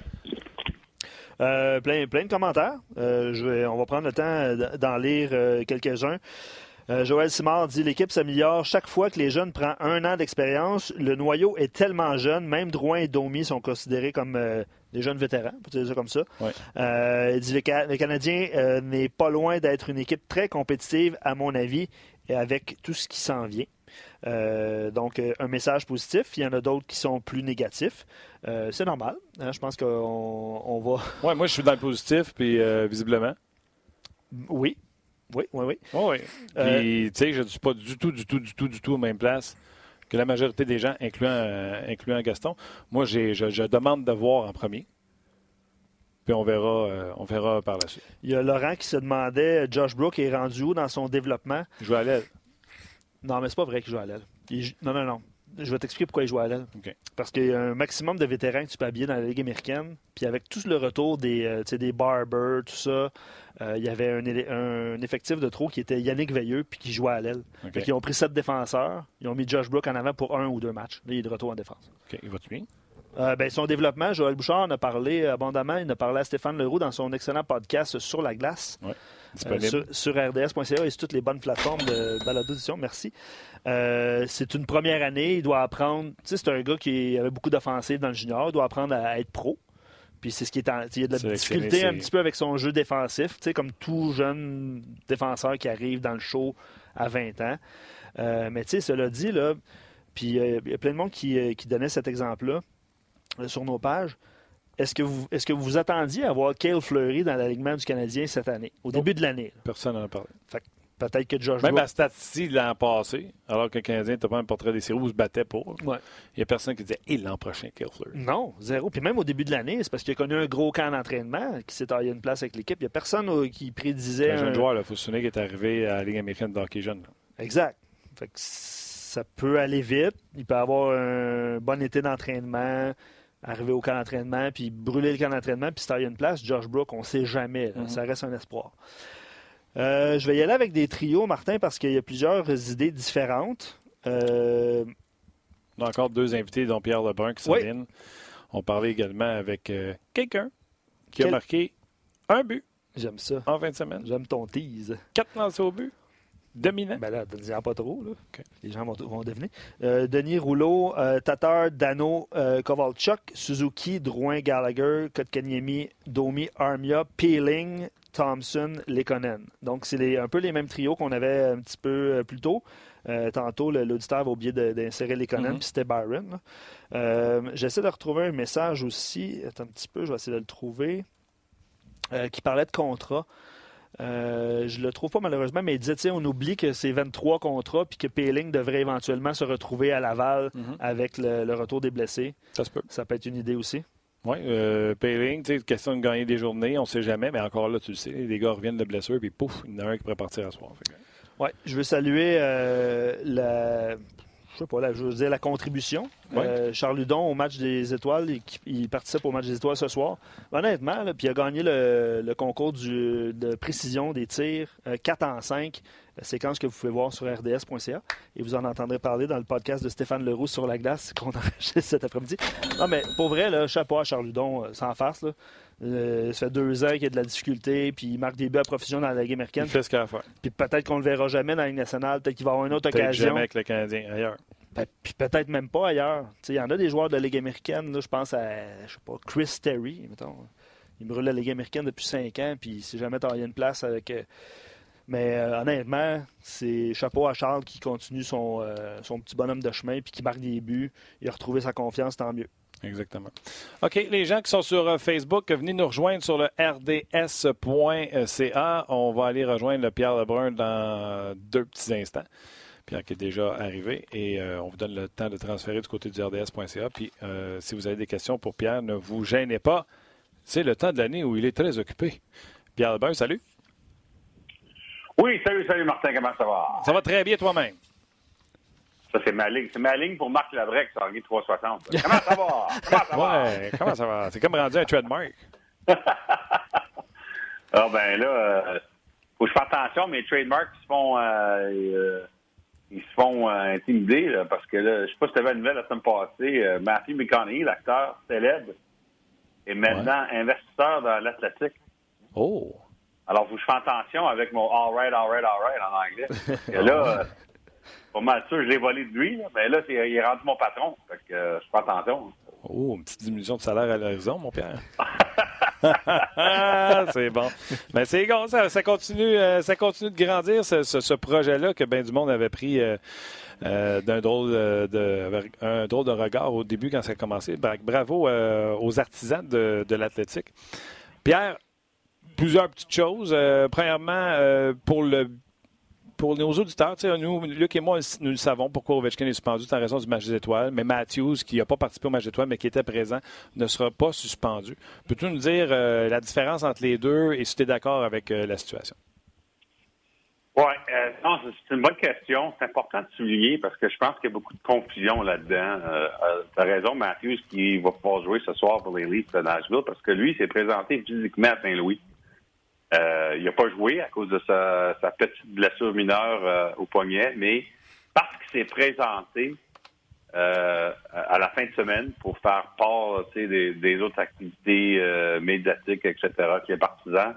Euh, plein, plein de commentaires. Euh, je vais, on va prendre le temps d'en lire euh, quelques-uns. Euh, Joël Simard dit « L'équipe s'améliore chaque fois que les jeunes prennent un an d'expérience. Le noyau est tellement jeune. Même Drouin et Domi sont considérés comme euh, des jeunes vétérans. » On peut dire ça comme ça. Ouais. Euh, il dit « Le, le Canadien euh, n'est pas loin d'être une équipe très compétitive, à mon avis, et avec tout ce qui s'en vient. » Euh, donc, euh, un message positif. Il y en a d'autres qui sont plus négatifs. Euh, c'est normal. Hein, je pense qu'on on va... Oui, moi, je suis dans le positif, puis euh, visiblement. Oui. Oui, oui, oui. Oh, oui. Puis, euh... tu sais, je ne suis pas du tout, du tout, du tout, du tout aux mêmes places que la majorité des gens, incluant, euh, incluant Gaston. Moi, j'ai, je, je demande de voir en premier. Puis on verra, euh, on verra par la suite. Il y a Laurent qui se demandait, Josh Brook est rendu où dans son développement? Il joue à l'aile. Non, mais c'est pas vrai qu'il joue à l'aile. Il... Non, non, non. Je vais t'expliquer pourquoi il joue à l'aile. Okay. Parce qu'il y a un maximum de vétérans que tu peux habiller dans la Ligue américaine. Puis avec tout le retour des, euh, des Barber, tout ça, euh, il y avait un, un effectif de trop qui était Yannick Veilleux puis qui jouait à l'aile. Okay. Ils ont pris sept défenseurs. Ils ont mis Josh Brook en avant pour un ou deux matchs. Là, il est de retour en défense. OK. Il va-tu bien? Euh, ben, son développement, Joël Bouchard en a parlé abondamment. Il en a parlé à Stéphane Leroux dans son excellent podcast Sur la glace. Ouais. Euh, sur, sur R D S point C A et sur toutes les bonnes plateformes de balado-diffusion. Merci. Euh, c'est une première année. Il doit apprendre. Tu sais, c'est un gars qui avait beaucoup d'offensives dans le junior. Il doit apprendre à être pro. Puis c'est ce qui est en, il y a de la c'est difficulté un petit peu avec son jeu défensif, tu sais, comme tout jeune défenseur qui arrive dans le show à vingt ans. Euh, mais tu sais, cela dit, là, puis euh, il y a plein de monde qui, euh, qui donnait cet exemple-là euh, sur nos pages. Est-ce que vous est-ce que vous vous attendiez à voir Cale Fleury dans l'alignement du Canadien cette année, au début de l'année? Là? Personne n'en a parlé. Fait que peut-être que Josh Même Brook... à statistique l'an passé, alors que le Canadien n'était pas un portrait des séries où il se battait pour. Ouais. Il n'y a personne qui disait « Et l'an prochain, Cale Fleury ». Non, zéro. Puis même au début de l'année, c'est parce qu'il a connu un gros camp d'entraînement, qui s'est taillé une place avec l'équipe. Il n'y a personne euh, qui prédisait... Un jeune un... joueur, il faut se souvenir qu'il est arrivé à la Ligue américaine de hockey jeune. Là. Exact. Fait que ça peut aller vite. Il peut avoir un bon été d'entraînement, arriver au camp d'entraînement, puis brûler le camp d'entraînement, puis se tailler une place. Josh Brook, on ne sait jamais. Mm-hmm. Ça reste un espoir. Euh, je vais y aller avec des trios, Martin, parce qu'il y a plusieurs idées différentes. Euh... On a encore deux invités, dont Pierre Lebrun qui s'en oui. viennent. On parlait également avec euh, quelqu'un qui Quel... a marqué un but. J'aime ça. En fin de semaine. J'aime ton tease. Quatre lancés au but. Dominant. Ben là, dis-en pas trop. Là. Okay. Les gens vont, vont deviner. Euh, Denis Rouleau, euh, Tatar, Dano, euh, Kovalchuk, Suzuki, Drouin, Gallagher, Kotkaniemi, Domi, Armia, Peeling, Thompson, Lekonen. Donc, c'est les, un peu les mêmes trios qu'on avait un petit peu euh, plus tôt. Euh, tantôt, le, l'auditeur avait oublié de, d'insérer Lekonen, mm-hmm. puis c'était Byron. Euh, j'essaie de retrouver un message aussi. Attends un petit peu, je vais essayer de le trouver. Euh, qui parlait de contrat. Euh, je le trouve pas malheureusement, mais il disait, on oublie que c'est vingt-trois contrats puis que Peeling devrait éventuellement se retrouver à Laval mm-hmm. avec le, le retour des blessés. Ça se peut. Ça peut être une idée aussi. Oui, euh, Peeling, tu sais, question de gagner des journées, on ne sait jamais, mais encore là, tu le sais, les gars reviennent de blessure, puis pouf, il y en a un qui pourrait partir à soir. Fait que... Oui, je veux saluer euh, la... Je sais pas, là, je veux dire la contribution. Ouais. Euh, Charles Hudon au match des étoiles, il, il participe au match des étoiles ce soir. Honnêtement, là, puis il a gagné le, le concours du, de précision des tirs euh, quatre en cinq, séquence que vous pouvez voir sur r d s point c a. Et vous en entendrez parler dans le podcast de Stéphane Leroux sur la glace qu'on enregistre cet après-midi. Non, mais pour vrai, là, chapeau à Charles Hudon, euh, sans farce. Là. Euh, ça fait deux ans qu'il y a de la difficulté, puis il marque des buts à profusion dans la Ligue américaine. Il fait ce qu'il a à faire. Puis peut-être qu'on ne le verra jamais dans la Ligue nationale, peut-être qu'il va avoir une autre peut-être occasion. Jamais avec le Canadien, ailleurs. Pe- Puis peut-être même pas ailleurs. Il y en a des joueurs de la Ligue américaine, là, je pense à je sais pas, Chris Terry, mettons. Il brûle la Ligue américaine depuis cinq ans, puis il s'est jamais taillé une place avec. Euh... Mais euh, honnêtement, c'est chapeau à Charles qui continue son, euh, son petit bonhomme de chemin, puis qui marque des buts. Il a retrouvé sa confiance, tant mieux. Exactement. OK, les gens qui sont sur euh, Facebook, venez nous rejoindre sur le r d s point c a. On va aller rejoindre le Pierre Lebrun dans deux petits instants. Pierre qui est déjà arrivé et euh, on vous donne le temps de transférer du côté du r d s point c a. Puis euh, si vous avez des questions pour Pierre, ne vous gênez pas. C'est le temps de l'année où il est très occupé. Pierre Lebrun, salut. Oui, salut, salut Martin, comment ça va? Ça va très bien toi-même. Ça, c'est ma ligne. C'est ma ligne pour Marc Labrec sur Henri trois cent soixante. Comment ça va? Comment ça va? Ouais, comment ça va? C'est comme rendu un trademark. Ah ben là, euh, faut que je fasse attention, mes trademarks ils se font euh, euh, ils se font euh, intimider là, parce que là, je sais pas si tu avais la nouvelle la semaine passée, euh, Matthew McConaughey, l'acteur célèbre, est maintenant ouais. investisseur dans l'athlétique. Oh! Alors, faut que je fasse attention avec mon all right, all right, all right en anglais. Parce que là, euh, pas mal sûr, je l'ai volé de lui, là, mais là, c'est, il est rendu mon patron. Fait que euh, je fais attention. Oh, une petite diminution de salaire à l'horizon, mon Pierre. C'est bon. Mais c'est bon, ça, ça, continue, euh, ça continue de grandir, ce, ce, ce projet-là que bien du monde avait pris euh, euh, d'un drôle de, de, un drôle de regard au début quand ça a commencé. Bravo euh, aux artisans de, de l'athlétique. Pierre, plusieurs petites choses. Euh, premièrement, euh, pour le Pour nos auditeurs, nous, Luc et moi, nous le savons pourquoi Ovechkin est suspendu en raison du match des étoiles, mais Matthews, qui n'a pas participé au match des étoiles, mais qui était présent, ne sera pas suspendu. Peux-tu nous dire euh, la différence entre les deux et si tu es d'accord avec euh, la situation? Oui, euh, non, c'est une bonne question. C'est important de souligner parce que je pense qu'il y a beaucoup de confusion là-dedans. Euh, euh, tu as raison, Matthews, qui va pouvoir jouer ce soir pour les Leafs de Nashville parce que lui, s'est présenté physiquement à Saint-Louis. Euh, il n'a pas joué à cause de sa, sa petite blessure mineure euh, au poignet, mais parce qu'il s'est présenté euh, à la fin de semaine pour faire part des, des autres activités euh, médiatiques, et cetera, qui est partisan,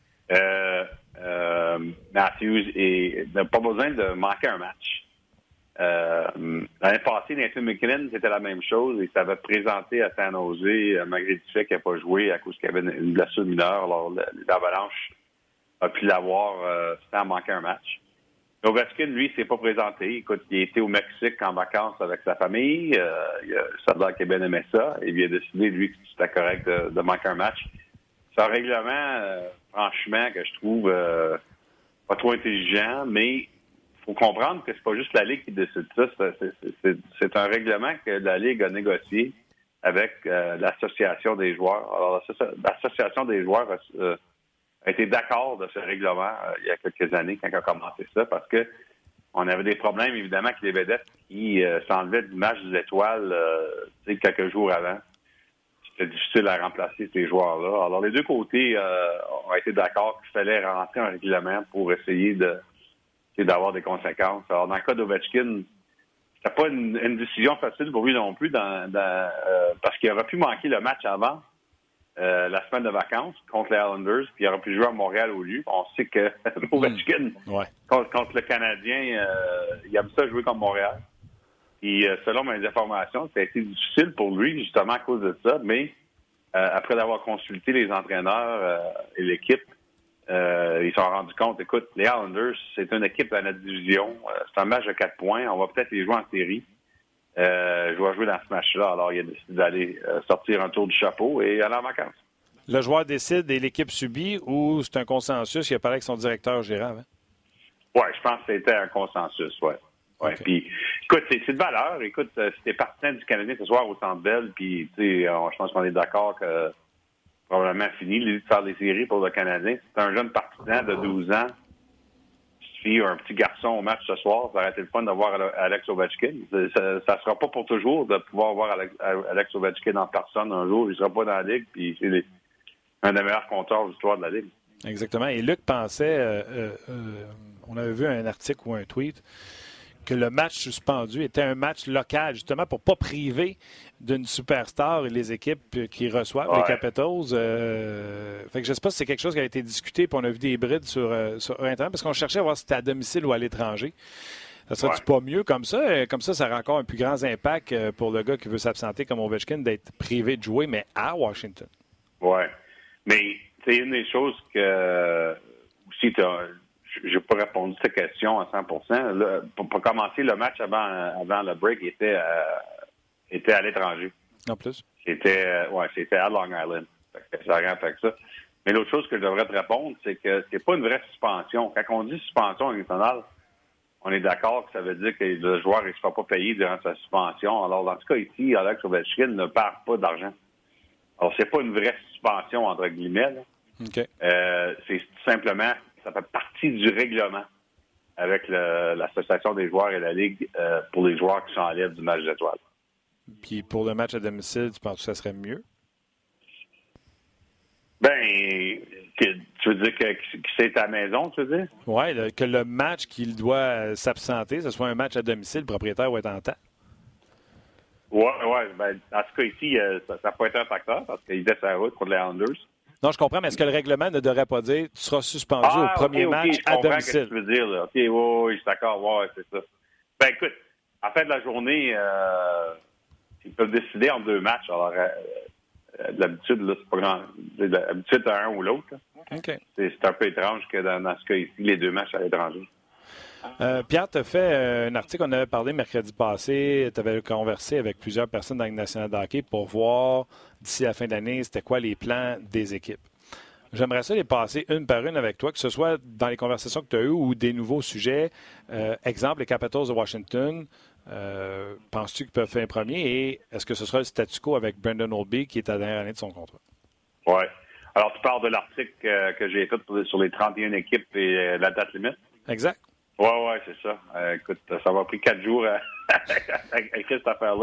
euh, euh, Matthews n'a pas besoin de manquer un match. Euh, l'année passée, Nathan McKinnon, c'était la même chose. Il s'avait présenté à San Jose, malgré le fait qu'il n'a pas joué à cause qu'il avait une blessure mineure. Alors, l'Avalanche a pu l'avoir euh, sans manquer un match. Ovechkin, lui, s'est pas présenté. Écoute, il était au Mexique en vacances avec sa famille. Euh, il a, ça a l'air qu'il a bien aimé ça. Et il a décidé, lui, que c'était correct de, de manquer un match. C'est un règlement, euh, franchement, que je trouve euh, pas trop intelligent, mais faut comprendre que c'est pas juste la Ligue qui décide ça. C'est, c'est, c'est, c'est un règlement que la Ligue a négocié avec euh, l'association des joueurs. Alors, l'association des joueurs a, euh, a été d'accord de ce règlement euh, il y a quelques années quand on a commencé ça, parce que on avait des problèmes, évidemment, avec les vedettes qui euh, s'enlevaient du match des étoiles euh, quelques jours avant. C'était difficile à remplacer ces joueurs-là. Alors, les deux côtés euh, ont été d'accord qu'il fallait rentrer un règlement pour essayer de d'avoir des conséquences. Alors, dans le cas d'Ovechkin, c'était pas une, une décision facile pour lui non plus, dans, dans, euh, parce qu'il aurait pu manquer le match avant euh, la semaine de vacances contre les Islanders, puis il aurait pu jouer à Montréal au lieu. On sait que Ovechkin, mmh. ouais. contre, contre le Canadien, euh, il aime ça jouer contre Montréal. Puis, euh, selon mes informations, ça a été difficile pour lui, justement à cause de ça, mais euh, après avoir consulté les entraîneurs euh, et l'équipe, Euh, ils se sont rendus compte, écoute, les Islanders, c'est une équipe dans notre division. Euh, c'est un match de quatre points. On va peut-être les jouer en série. Euh, je vais jouer dans ce match-là. Alors, il a décidé d'aller euh, sortir un tour du chapeau et aller en vacances. Le joueur décide et l'équipe subit ou c'est un consensus? Il a parlé avec son directeur gérant. Hein? Oui, je pense que c'était un consensus, oui. Ouais. Okay. Puis, écoute, c'est, c'est de valeur. Écoute, euh, si t'es partisan du Canadien ce soir au Centre Bell, puis, tu sais, je pense qu'on est d'accord que probablement fini, l'idée de faire des séries pour le Canadien. C'est un jeune partisan de douze ans. petite fille ou un petit garçon au match ce soir, ça aurait été le fun de voir Alex Ovechkin. Ça ne sera pas pour toujours de pouvoir voir Alex, Alex Ovechkin en personne un jour. Il ne sera pas dans la Ligue, puis c'est les, un des meilleurs compteurs de l'histoire de la Ligue. Exactement. Et Luc pensait, euh, euh, euh, on avait vu un article ou un tweet, que le match suspendu était un match local, justement, pour ne pas priver d'une superstar et les équipes qui reçoivent, ouais. les Capitals. Euh, fait que je ne sais pas si c'est quelque chose qui a été discuté, puis on a vu des brides sur, euh, sur Internet, parce qu'on cherchait à voir si c'était à domicile ou à l'étranger. Ça serait-tu ouais. pas mieux comme ça? Comme ça, ça aura encore un plus grand impact pour le gars qui veut s'absenter comme Ovechkin d'être privé de jouer, mais à Washington. Oui. Mais c'est une des choses que aussi je n'ai pas répondu à cette question à cent pour cent. Là, pour, pour commencer, le match avant, avant le break était, euh, était à l'étranger. En plus? C'était, euh, ouais, c'était à Long Island. Fait que ça rien fait que ça. Mais l'autre chose que je devrais te répondre, c'est que c'est pas une vraie suspension. Quand on dit suspension nationale, on est d'accord que ça veut dire que le joueur ne se fait pas payer durant sa suspension. Alors, dans ce cas ici, Alex Ovechkin ne perd pas d'argent. Alors, c'est pas une vraie suspension, entre guillemets. Là. Okay. Euh, c'est tout simplement, ça fait partie du règlement avec le, l'Association des joueurs et la Ligue euh, pour les joueurs qui s'enlèvent du match d'étoiles. Puis pour le match à domicile, tu penses que ça serait mieux? Ben, que, tu veux dire que, que c'est à la maison, tu veux dire? Oui, que le match qu'il doit s'absenter, ce soit un match à domicile, le propriétaire va être en temps. Oui, oui. Ben, dans ce cas ici, euh, ça, ça peut être un facteur parce qu'il était sur la route contre les Islanders. Non, je comprends, mais est-ce que le règlement ne devrait pas dire tu seras suspendu ah, au premier okay, match okay, à domicile? Je comprends ce que tu veux dire, là. OK, oui, oui, je suis d'accord. Oui, c'est ça. Ben, écoute, en fin de la journée, euh, ils peuvent décider en deux matchs. Alors, euh, euh, d'habitude, là, c'est pas grand. D'habitude, c'est un ou l'autre. Okay. C'est, c'est un peu étrange que dans, dans ce cas ici, les deux matchs à l'étranger. Euh, Pierre, tu as fait euh, un article, on avait parlé mercredi passé, tu avais conversé avec plusieurs personnes dans le National de hockey pour voir d'ici la fin d'année, c'était quoi les plans des équipes. J'aimerais ça les passer une par une avec toi, que ce soit dans les conversations que tu as eues ou des nouveaux sujets. Euh, exemple, les Capitals de Washington, euh, penses-tu qu'ils peuvent faire un premier et est-ce que ce sera le statu quo avec Brendan Oldby qui est à la dernière année de son contrat? Oui. Alors, tu parles de l'article euh, que j'ai fait pour, sur les trente et une équipes et euh, la date limite? Exact. Oui, oui, c'est ça. Euh, écoute, ça m'a pris quatre jours à, à écrire cette affaire-là.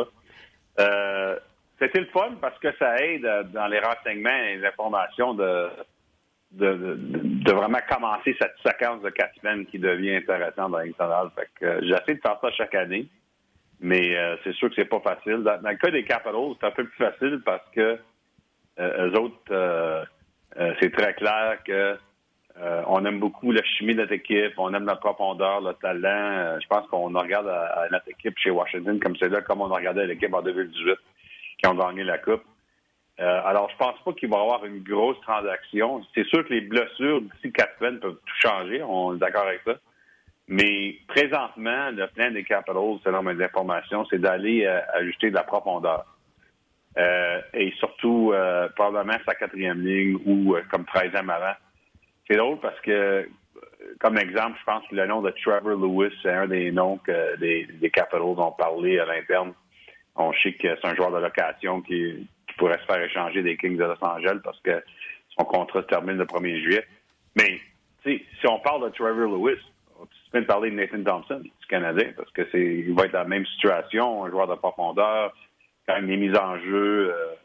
Euh, c'était le fun parce que ça aide dans les renseignements et les informations de, de, de, de vraiment commencer cette séquence de quatre semaines qui devient intéressante dans l'international. Fait que euh, j'essaie de faire ça chaque année, mais euh, c'est sûr que c'est pas facile. Dans, dans le cas des Capitals, c'est un peu plus facile parce que euh, eux autres, euh, euh, c'est très clair que Euh, on aime beaucoup la chimie de notre équipe, on aime notre profondeur, le talent. Euh, je pense qu'on regarde à, à notre équipe chez Washington comme c'est là, comme on a regardé à l'équipe en deux mille dix-huit qui ont gagné la Coupe. Euh, alors, je pense pas qu'il va y avoir une grosse transaction. C'est sûr que les blessures d'ici quatre semaines peuvent tout changer, on est d'accord avec ça. Mais présentement, le plan des Capitals, selon mes informations, c'est d'aller euh, ajouter de la profondeur. Euh, et surtout, euh, probablement sa quatrième ligne ou euh, comme treizième avant. C'est drôle parce que, comme exemple, je pense que le nom de Trevor Lewis, c'est un des noms que les, les Capitals ont parlé à l'interne. On sait que c'est un joueur de location qui, qui pourrait se faire échanger des Kings de Los Angeles parce que son contrat se termine le premier juillet. Mais, tu sais, si on parle de Trevor Lewis, tu peux parler de Nathan Thompson, du Canadien, parce que c'est, il va être dans la même situation, un joueur de profondeur, quand même les mises en jeu. Euh,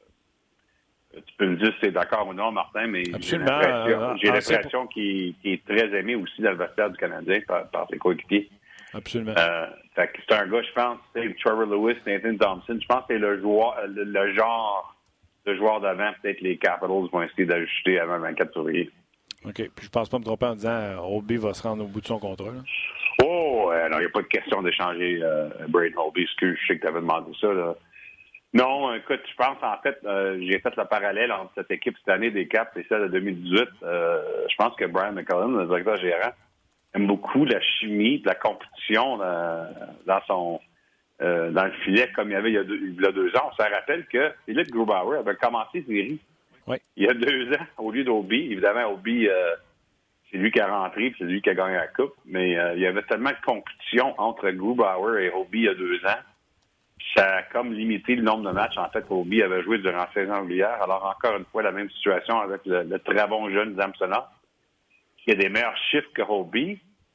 Tu peux me dire si c'est d'accord ou non, Martin, mais Absolument. j'ai l'impression, Euh, j'ai euh, l'impression pour... qu'il, qu'il est très aimé aussi dans le vestiaire du Canadien par, par ses coéquipiers. Absolument. Euh, fait que c'est un gars, je pense, c'est Trevor Lewis, Nathan Thompson, je pense que c'est le joueur, le, le genre de joueur d'avant, peut-être les Capitals vont essayer d'ajuster avant le vingt-quatre février. OK. Puis je pense pas me tromper en disant euh, Oldby va se rendre au bout de son contrat. Là. Oh, euh, non, il n'y a pas de question d'échanger euh, Braden Oldby. Excuse, je sais que tu avais demandé ça, là. Non, écoute, je pense, en fait, euh, j'ai fait le parallèle entre cette équipe cette année des Caps et celle de deux mille dix-huit. Euh, je pense que Brian McCullum, le directeur gérant, aime beaucoup la chimie, la compétition dans, dans son euh, dans le filet, comme il y avait il y a deux, il y a deux ans. On se rappelle que Philippe Grubauer avait commencé série oui. il y a deux ans au lieu d'Oldby. Évidemment, Oldby, euh, c'est lui qui a rentré, puis c'est lui qui a gagné la Coupe. Mais euh, il y avait tellement de compétition entre Grubauer et Oldby il y a deux ans. Ça a comme limité le nombre de matchs, en fait, qu'Oldby avait joué durant la saison régulière. Alors, encore une fois, la même situation avec le, le très bon jeune Zamsonov, qui a des meilleurs chiffres que Oldby,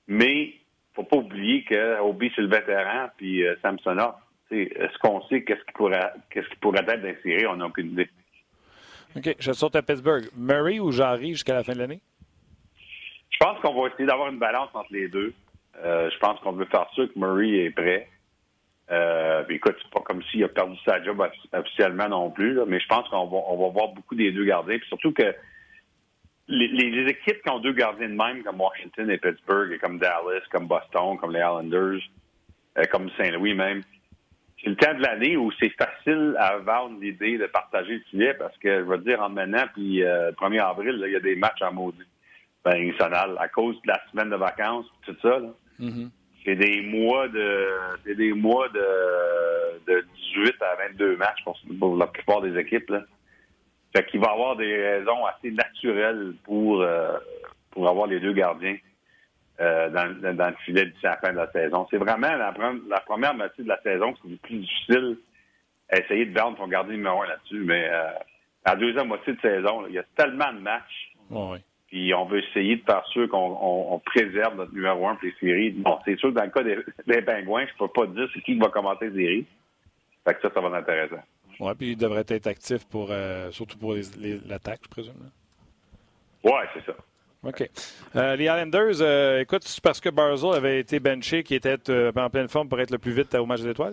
Mais il ne faut pas oublier que Obi, c'est le vétéran, puis euh, Samsonov, est-ce qu'on sait qu'est-ce qui pourrait, qu'est-ce qui pourrait être dans les séries? On n'a aucune idée. OK. Je saute à Pittsburgh. Murray ou Jarry jusqu'à la fin de l'année? Je pense qu'on va essayer d'avoir une balance entre les deux. Euh, je pense qu'on veut faire sûr que Murray est prêt. Euh, écoute, c'est pas comme s'il a perdu sa job officiellement non plus, là, mais je pense qu'on va, on va voir beaucoup des deux gardiens. Puis surtout que les, les, les équipes qui ont deux gardiens de même, comme Washington et Pittsburgh, et comme Dallas, comme Boston, comme les Islanders, euh, comme Saint-Louis même, c'est le temps de l'année où c'est facile à vendre l'idée de partager le filet parce que, je veux dire, en maintenant, puis euh, le premier avril, là, il y a des matchs en maudit. Ben, national, à cause de la semaine de vacances, tout ça, là. Mm-hmm. C'est des mois de c'est des mois de, de dix-huit à vingt-deux matchs pour, pour la plupart des équipes, là. Fait qu'il va y avoir des raisons assez naturelles pour euh, pour avoir les deux gardiens euh, dans, dans le filet d'ici à la fin de la saison. C'est vraiment la, la première moitié de la saison qui est le plus difficile à essayer de vendre son gardien numéro un là-dessus. Mais euh, la deuxième moitié de saison, là, il y a tellement de matchs. Oh oui. Puis on veut essayer de faire sûr qu'on on, on préserve notre numéro un pour les séries. Bon, c'est sûr que dans le cas des, des Pingouins, je peux pas te dire c'est qui va commencer les séries. Fait que ça, ça va être intéressant. Oui, puis il devrait être actif pour euh, surtout pour les, les, l'attaque, je présume. Oui, c'est ça. OK. Euh, les Islanders, euh, écoute, c'est parce que Barzal avait été benché qui était euh, en pleine forme pour être le plus vite au match des étoiles?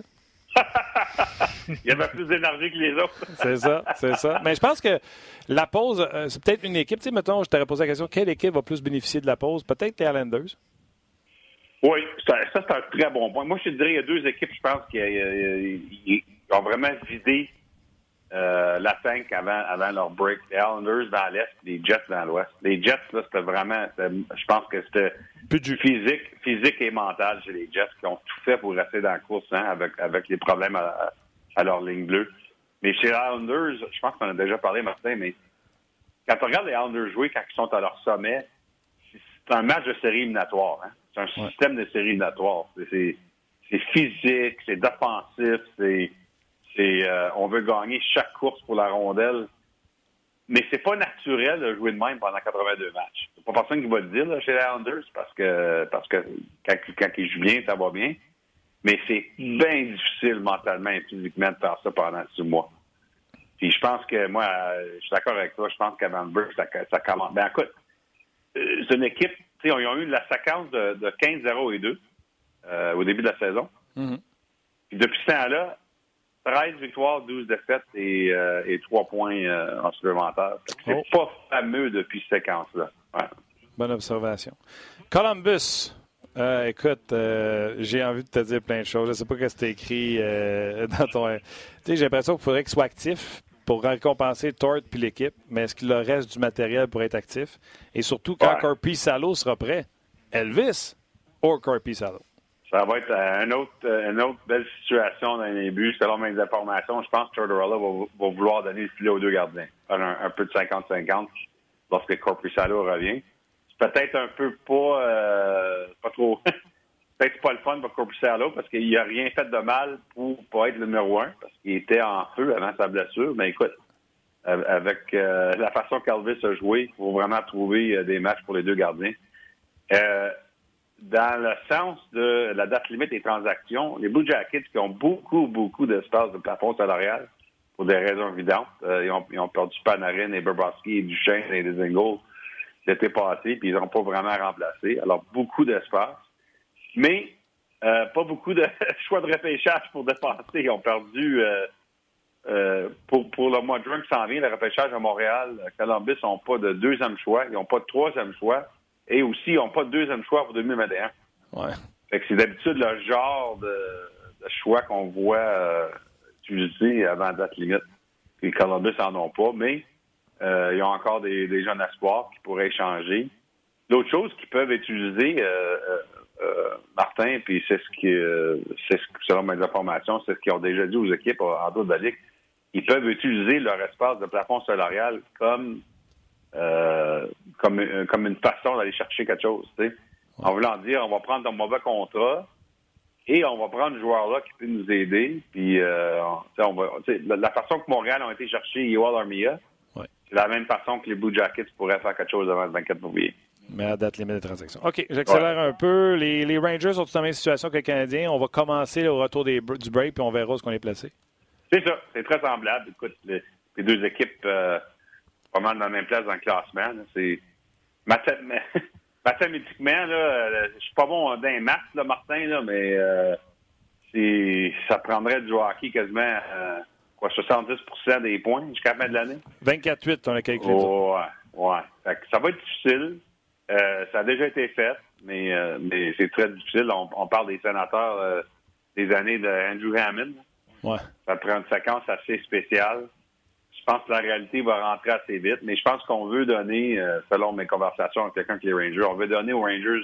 Il y avait plus d'énergie que les autres. C'est ça, c'est ça. Mais je pense que la pause, euh, c'est peut-être une équipe. Tu sais, mettons, je t'aurais posé la question, quelle équipe va plus bénéficier de la pause? Peut-être les Islanders? Oui, ça, ça c'est un très bon point. Moi, je te dirais, il y a deux équipes, je pense, qui euh, ont vraiment vidé euh, la tank avant, avant leur break. Les Islanders dans l'Est, les Jets dans l'Ouest. Les Jets, là, c'était vraiment, c'était, je pense que c'était physique, physique et mental chez les Jets qui ont tout fait pour rester dans la course, hein, avec, avec les problèmes à, à leur ligne bleue. Mais chez les Islanders, je pense qu'on a déjà parlé, Martin, mais quand on regarde les Islanders jouer quand ils sont à leur sommet, c'est un match de série éliminatoire. Hein? C'est un ouais. système de série éliminatoire. C'est, c'est, c'est physique, c'est défensif, c'est, c'est euh, on veut gagner chaque course pour la rondelle. Mais c'est pas naturel de jouer de même pendant quatre-vingt-deux matchs. C'est pas personne qui va le dire là, chez les Islanders parce que parce que quand, quand ils jouent bien, ça va bien. Mais c'est bien difficile mentalement et physiquement de faire ça pendant six mois. Puis je pense que moi, je suis d'accord avec toi, je pense qu'à Vancouver, ça, ça commence. Ben écoute, c'est une équipe, tu sais, ils ont eu la séquence de, de quinze zéro et deux euh, au début de la saison. Mm-hmm. Puis depuis ce temps-là, treize victoires, douze défaites et, euh, et trois points euh, en supplémentaire. C'est oh. pas fameux depuis cette séquence-là. Ouais. Bonne observation. Columbus. Euh, écoute, euh, j'ai envie de te dire plein de choses. Je ne sais pas ce que tu as écrit euh, dans ton... Tu sais, j'ai l'impression qu'il faudrait qu'il soit actif pour récompenser Tort puis l'équipe, mais est-ce qu'il leur reste du matériel pour être actif? Et surtout, quand ouais. Korpisalo sera prêt, Elvis ou Korpisalo? Ça va être une autre, une autre belle situation dans les buts. Selon mes informations, je pense que Tortorella va, va vouloir donner le filet aux deux gardiens. Un, un peu de cinquante cinquante lorsque Korpisalo revient. Peut-être un peu pas, euh, pas trop, peut-être pas le fun pour Korpisalo parce qu'il n'a rien fait de mal pour pas être le numéro un parce qu'il était en feu avant sa blessure. Mais écoute, avec euh, la façon qu'Elvis a joué, il faut vraiment trouver euh, des matchs pour les deux gardiens. Euh, dans le sens de la date limite des transactions, les Blue Jackets qui ont beaucoup, beaucoup d'espace de plafond salarial pour des raisons évidentes. Euh, ils, ont, ils ont perdu Panarin et Bobrovsky et Duchesne et Dzingel l'été passé, puis ils n'ont pas vraiment remplacé. Alors, beaucoup d'espace. Mais, euh, pas beaucoup de choix de repêchage pour dépenser. Ils ont perdu, euh, euh, pour, pour le mois de juin qui s'en vient, le repêchage à Montréal, Columbus n'ont pas de deuxième choix, ils n'ont pas de troisième choix, et aussi, ils n'ont pas de deuxième choix pour deux mille vingt et un. Ouais. Fait que c'est d'habitude le genre de, de choix qu'on voit euh, utiliser avant la date limite. Puis Columbus n'en ont pas, mais Euh, ils ont encore des, des jeunes espoirs qui pourraient échanger. L'autre chose qu'ils peuvent utiliser, euh, euh, Martin, puis c'est ce qui, euh, c'est ce, selon mes informations, c'est ce qu'ils ont déjà dit aux équipes en dehors de la Ligue, ils peuvent utiliser leur espace de plafond salarial comme euh, comme, euh, comme une façon d'aller chercher quelque chose. Tu sais. En voulant dire, on va prendre un mauvais contrat et on va prendre ce joueur-là qui peut nous aider. Puis euh, on va, la, la façon que Montréal a été chercher Yoel Armia, c'est la même façon que les Blue Jackets pourraient faire quelque chose avant le vingt-quatre février. Mais à date limite des transactions. OK, j'accélère ouais. un peu. Les, les Rangers sont dans la même situation que les Canadiens. On va commencer là, au retour des, du break, puis on verra où est-ce qu'on est placé. C'est ça. C'est très semblable. Écoute, les, les deux équipes euh, pas mal dans la même place dans le classement. Là. C'est mathématiquement, là, je suis pas bon dans les maths, là, Martin, là, mais euh, c'est, ça prendrait du hockey quasiment euh, quoi, soixante-dix pour cent des points jusqu'à la fin de l'année. vingt-quatre huit, on a calculé. Oh, ouais, ouais. Fait que ça va être difficile. Euh, ça a déjà été fait, mais, euh, mais c'est très difficile. On, on parle des sénateurs euh, des années de Andrew Hammond. Ouais. Ça prend une séquence assez spéciale. Je pense que la réalité va rentrer assez vite, mais je pense qu'on veut donner, euh, selon mes conversations avec quelqu'un qui est Rangers, on veut donner aux Rangers,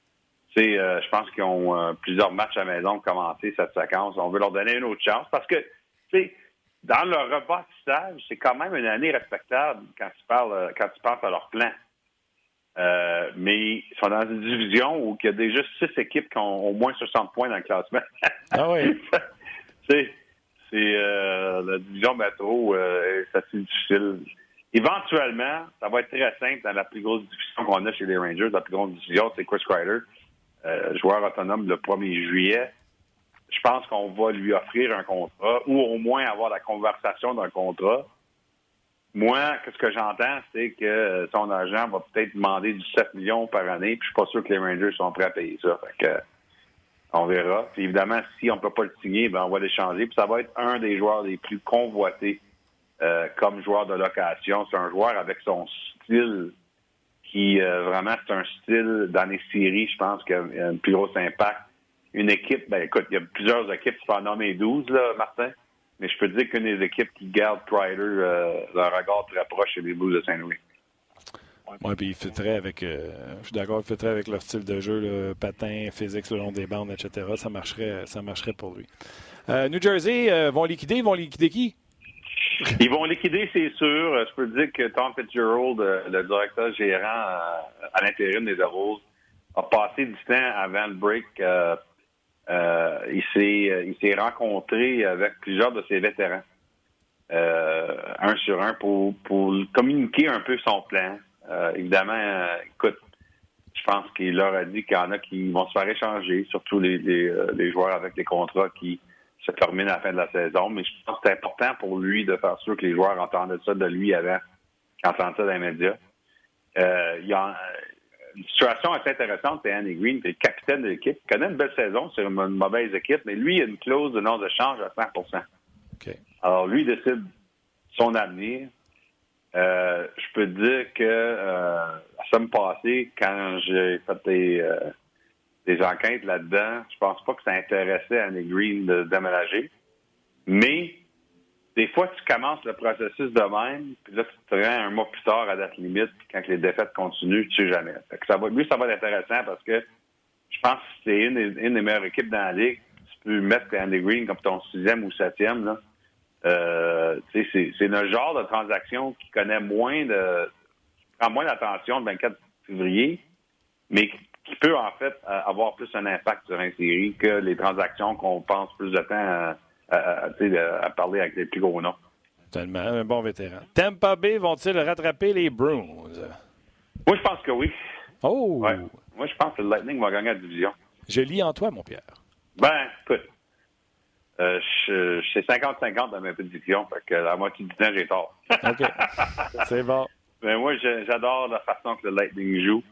tu euh, je pense qu'ils ont euh, plusieurs matchs à la maison pour commencer cette séquence. On veut leur donner une autre chance parce que, tu sais, dans le rebâtissage, c'est quand même une année respectable quand tu parles, quand tu penses à leur plan. Euh, mais ils sont dans une division où il y a déjà six équipes qui ont au moins soixante points dans le classement. Ah oui. c'est c'est euh, la division métro, euh, c'est assez difficile. Éventuellement, ça va être très simple dans la plus grosse division qu'on a chez les Rangers. La plus grosse division, c'est Chris Kreider, euh, joueur autonome le premier juillet. Je pense qu'on va lui offrir un contrat ou au moins avoir la conversation d'un contrat. Moi, ce que j'entends, c'est que son agent va peut-être demander dix-sept millions par année, puis je suis pas sûr que les Rangers sont prêts à payer ça. Fait que, on verra. Puis évidemment, si on peut pas le signer, ben on va l'échanger. Puis ça va être un des joueurs les plus convoités euh, comme joueur de location. C'est un joueur avec son style qui, euh, vraiment, c'est un style dans les séries, je pense, qui a un plus gros impact. Une équipe, ben écoute, il y a plusieurs équipes, tu peux en nommer douze, là, Martin. Mais je peux te dire qu'une des équipes qui garde Kreider, euh, leur regard très proche, c'est les Blues de Saint-Louis. Oui, ouais, puis il fitterait avec, euh, je suis d'accord, il fitterait avec leur style de jeu, là, patin, physique le long des bandes, et cetera. Ça marcherait, ça marcherait pour lui. Euh, New Jersey euh, vont liquider, ils vont liquider qui? Ils vont liquider, c'est sûr. Je peux te dire que Tom Fitzgerald, le directeur gérant à l'intérim des Devils, a passé du temps avant le break. Euh, euh, il s'est, il s'est rencontré avec plusieurs de ses vétérans, euh, un sur un, pour, pour communiquer un peu son plan. Euh, évidemment, euh, écoute, je pense qu'il leur a dit qu'il y en a qui vont se faire échanger, surtout les, les, les joueurs avec des contrats qui se terminent à la fin de la saison. Mais je pense que c'est important pour lui de faire sûr que les joueurs entendent ça de lui avant qu'ils entendent ça dans les médias. Euh, il y a une situation assez intéressante, c'est Andy Green, qui est le capitaine de l'équipe. Il connaît une belle saison sur une mauvaise équipe, mais lui, il a une clause de non-échange à cent pour cent. Okay. Alors, lui, il décide son avenir. Euh, je peux te dire que euh, la semaine passée, quand j'ai fait des, euh, des enquêtes là-dedans, je pense pas que ça intéressait Andy Green de déménager. Mais des fois, tu commences le processus de même, puis là, tu te rends un mois plus tard à date limite, puis quand les défaites continuent, tu sais jamais. Fait que ça va, lui, ça va être intéressant parce que je pense que c'est une, une des meilleures équipes dans la Ligue. Tu peux mettre Andy Green comme ton sixième ou septième, là. Euh, c'est, c'est le genre de transaction qui connaît moins de, qui prend moins d'attention le vingt-quatre février, mais qui peut en fait avoir plus un impact sur une série que les transactions qu'on pense plus de temps à, à, à, à parler avec les plus gros noms. Tellement, un bon vétéran. Tampa Bay vont-ils rattraper les Bruins? Moi, je pense que oui. Oh! Ouais. Moi, je pense que le Lightning va gagner la division. Je lis en toi, mon Pierre. Ben, écoute. Euh, je, je suis cinquante cinquante dans ma prédiction, fait que la moitié du temps, j'ai tort. OK. C'est bon. Mais moi, je, j'adore la façon que le Lightning joue.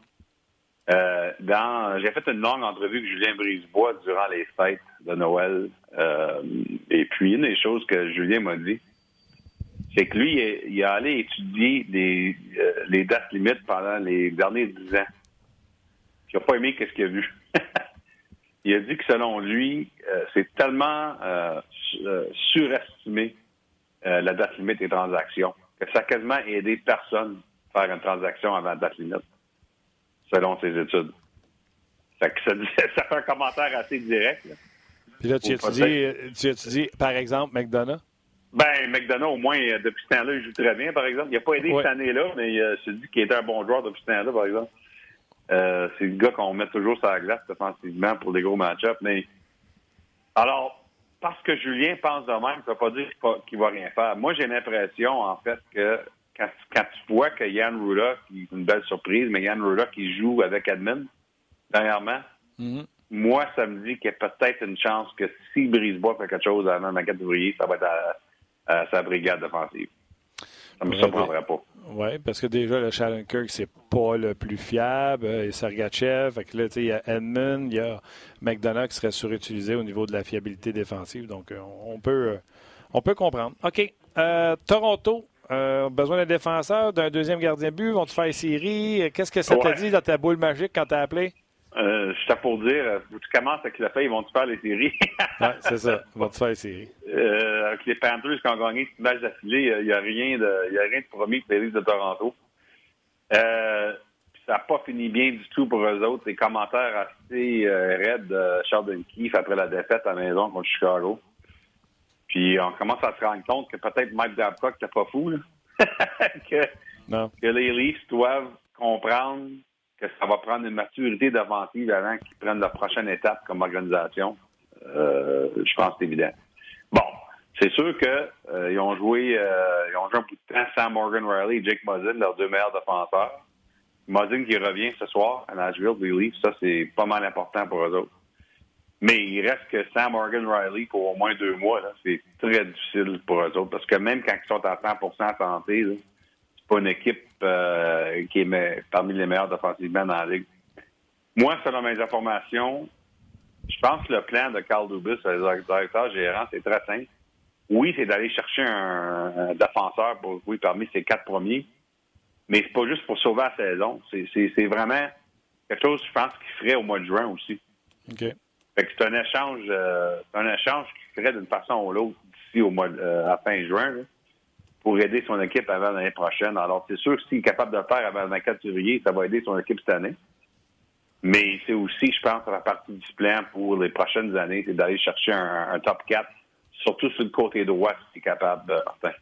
Euh, dans, j'ai fait une longue entrevue avec Julien Brisebois durant les fêtes de Noël. Euh, et puis, une des choses que Julien m'a dit, c'est que lui, il est, il est allé étudier les, euh, les dates limites pendant les derniers dix ans. Il n'a pas aimé ce qu'il a vu. Il a dit que selon lui, euh, c'est tellement euh, euh, surestimé euh, la date limite des transactions que ça a quasiment aidé personne à faire une transaction avant la date limite, selon ses études. Fait que ça, ça fait un commentaire assez direct. Là. Puis là, tu étudies, tu étudies, par exemple, McDonough? Ben, McDonough, au moins, depuis ce temps-là, il joue très bien, par exemple. Il n'a pas aidé ouais. cette année-là, mais il s'est dit qu'il était un bon joueur depuis ce temps-là, par exemple. Euh, c'est le gars qu'on met toujours sur la glace défensivement pour des gros match-ups. Mais alors, parce que Julien pense de même, ça ne veut pas dire qu'il ne va rien faire. Moi, j'ai l'impression, en fait, que quand, quand tu vois que Jan Rutta, qui est une belle surprise, mais Jan Rutta qui joue avec Edmund, dernièrement, mm-hmm. moi, ça me dit qu'il y a peut-être une chance que si Brisebois fait quelque chose avant le vingt-quatre février, ça va être à, à sa brigade défensive. Ça me surprendrait pas. Oui, parce que déjà, le Shattenkirk, c'est pas le plus fiable. Il y a Sergachev. Fait que là, il y a Edmund, il y a McDonough qui serait surutilisé au niveau de la fiabilité défensive. Donc, on peut, on peut comprendre. OK. Euh, Toronto, euh, besoin d'un défenseur, d'un deuxième gardien de but. Vont-tu faire série? Qu'est-ce que ça t'a ouais. dit dans ta boule magique quand t'as appelé? Euh, je pour dire, tu commences avec le fait, ils vont-tu faire les séries? Oui, c'est ça. Ils vont-tu faire les séries? Euh, avec les Panthers qui ont gagné ce match d'affilée, il n'y a rien de, il y a rien de promis pour les Leafs de Toronto. Euh, ça n'a pas fini bien du tout pour eux autres. Les commentaires assez euh, raides de Sheldon Keefe après la défaite à la maison contre Chicago. Puis on commence à se rendre compte que peut-être Mike Babcock n'était pas fou, là. que, non. que les Leafs doivent comprendre que ça va prendre une maturité défensive avant qu'ils prennent leur prochaine étape comme organisation. Euh, je pense que c'est évident. Bon, c'est sûr qu'ils euh, ont joué euh, ils ont joué un bout de temps Sam Morgan-Riley et Jake Muzzin, leurs deux meilleurs défenseurs. Muzzin qui revient ce soir à Nashville, les Leafs, ça c'est pas mal important pour eux autres. Mais il reste que Sam Morgan-Riley pour au moins deux mois, là, c'est très difficile pour eux autres parce que même quand ils sont à cent pour cent santé, là, pas une équipe euh, qui est parmi les meilleurs défensivement dans la Ligue. Moi, selon mes informations, je pense que le plan de Carl Dubas, le directeur gérant, c'est très simple. Oui, c'est d'aller chercher un, un défenseur pour jouer parmi ses quatre premiers, mais c'est pas juste pour sauver la saison. C'est, c'est, c'est vraiment quelque chose, je pense, qu'il ferait au mois de juin aussi. OK. Fait que c'est un échange, euh, c'est un échange qu'il ferait d'une façon ou l'autre d'ici au mois de, euh, à fin juin, là, pour aider son équipe avant l'année prochaine. Alors, c'est sûr que s'il est capable de le faire avant le vingt-quatre février, ça va aider son équipe cette année. Mais c'est aussi, je pense, la partie du plan pour les prochaines années, c'est d'aller chercher un, un top quatre, surtout sur le côté droit, si c'est capable, Martin.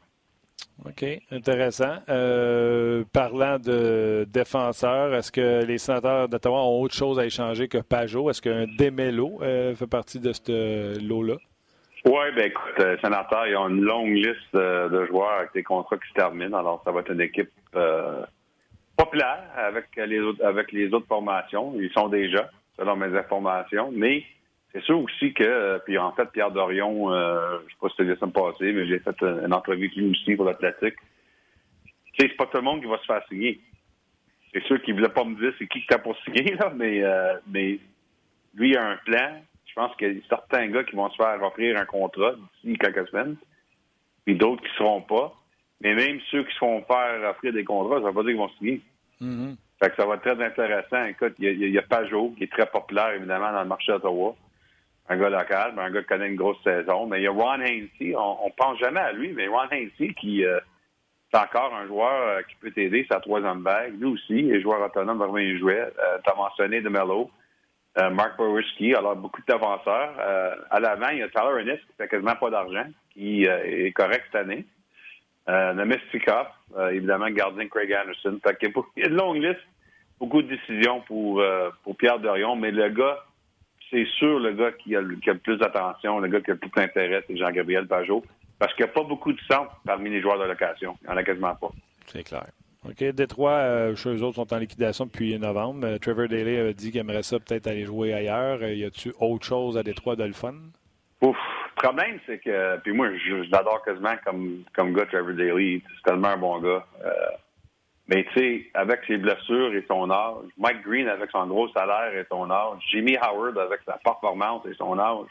OK, intéressant. Euh, parlant de défenseurs, est-ce que les Sénateurs d'Ottawa ont autre chose à échanger que Pajot? Est-ce qu'un Demelo euh, fait partie de ce lot-là? Oui, bien écoute, les Sénateurs, ils ont une longue liste de, de joueurs avec des contrats qui se terminent. Alors, ça va être une équipe euh, populaire avec les autres avec les autres formations. Ils sont déjà, selon mes informations. Mais c'est sûr aussi que, puis en fait, Pierre Dorion, euh, je ne sais pas si c'était la semaine passée, mais j'ai fait une, une entrevue avec lui aussi pour l'Athletic. Tu sais, c'est pas tout le monde qui va se faire signer. C'est sûr qu'il ne voulait pas me dire c'est qui qui t'a pour signer, là, mais, euh, mais lui, il a un plan. Je pense qu'il y a certains gars qui vont se faire offrir un contrat d'ici quelques semaines, puis d'autres qui ne seront pas. Mais même ceux qui se font faire offrir des contrats, ça ne veut pas dire qu'ils vont signer. Mm-hmm. Fait que ça va être très intéressant. Écoute, il y a, y a Pajot, qui est très populaire, évidemment, dans le marché d'Ottawa. Un gars local, un gars qui connaît une grosse saison. Mais il y a Ron Hainsey, on ne pense jamais à lui, mais Ron Hainsey, qui euh, c'est encore un joueur euh, qui peut t'aider, sa troisième vague. Lui aussi, il est joueur autonome, vraiment il jouait. Euh, tu as mentionné DeMello. Euh, Mark Borowski, alors beaucoup de défenseurs. Euh, à l'avant, il y a Tyler Ennis qui fait quasiment pas d'argent, qui euh, est correct cette année. Euh, Nemestikov, euh, évidemment, gardien Craig Anderson. Fait qu'il y a une longue liste, beaucoup de décisions pour, euh, pour Pierre Dorion, mais le gars, c'est sûr le gars qui a, qui a le plus d'attention, le gars qui a le plus d'intérêt, c'est Jean-Gabriel Pajot, parce qu'il n'y a pas beaucoup de centres parmi les joueurs de location. Il n'y en a quasiment pas. C'est clair. OK. Détroit, euh, chez eux autres, sont en liquidation depuis novembre. Euh, Trevor Daley avait dit qu'il aimerait ça peut-être aller jouer ailleurs. Euh, y a-tu autre chose à Détroit de le fun? Ouf. Le problème, c'est que, puis moi, je, je l'adore quasiment comme, comme gars, Trevor Daley. C'est tellement un bon gars. Euh, mais tu sais, avec ses blessures et son âge, Mike Green avec son gros salaire et son âge, Jimmy Howard avec sa performance et son âge.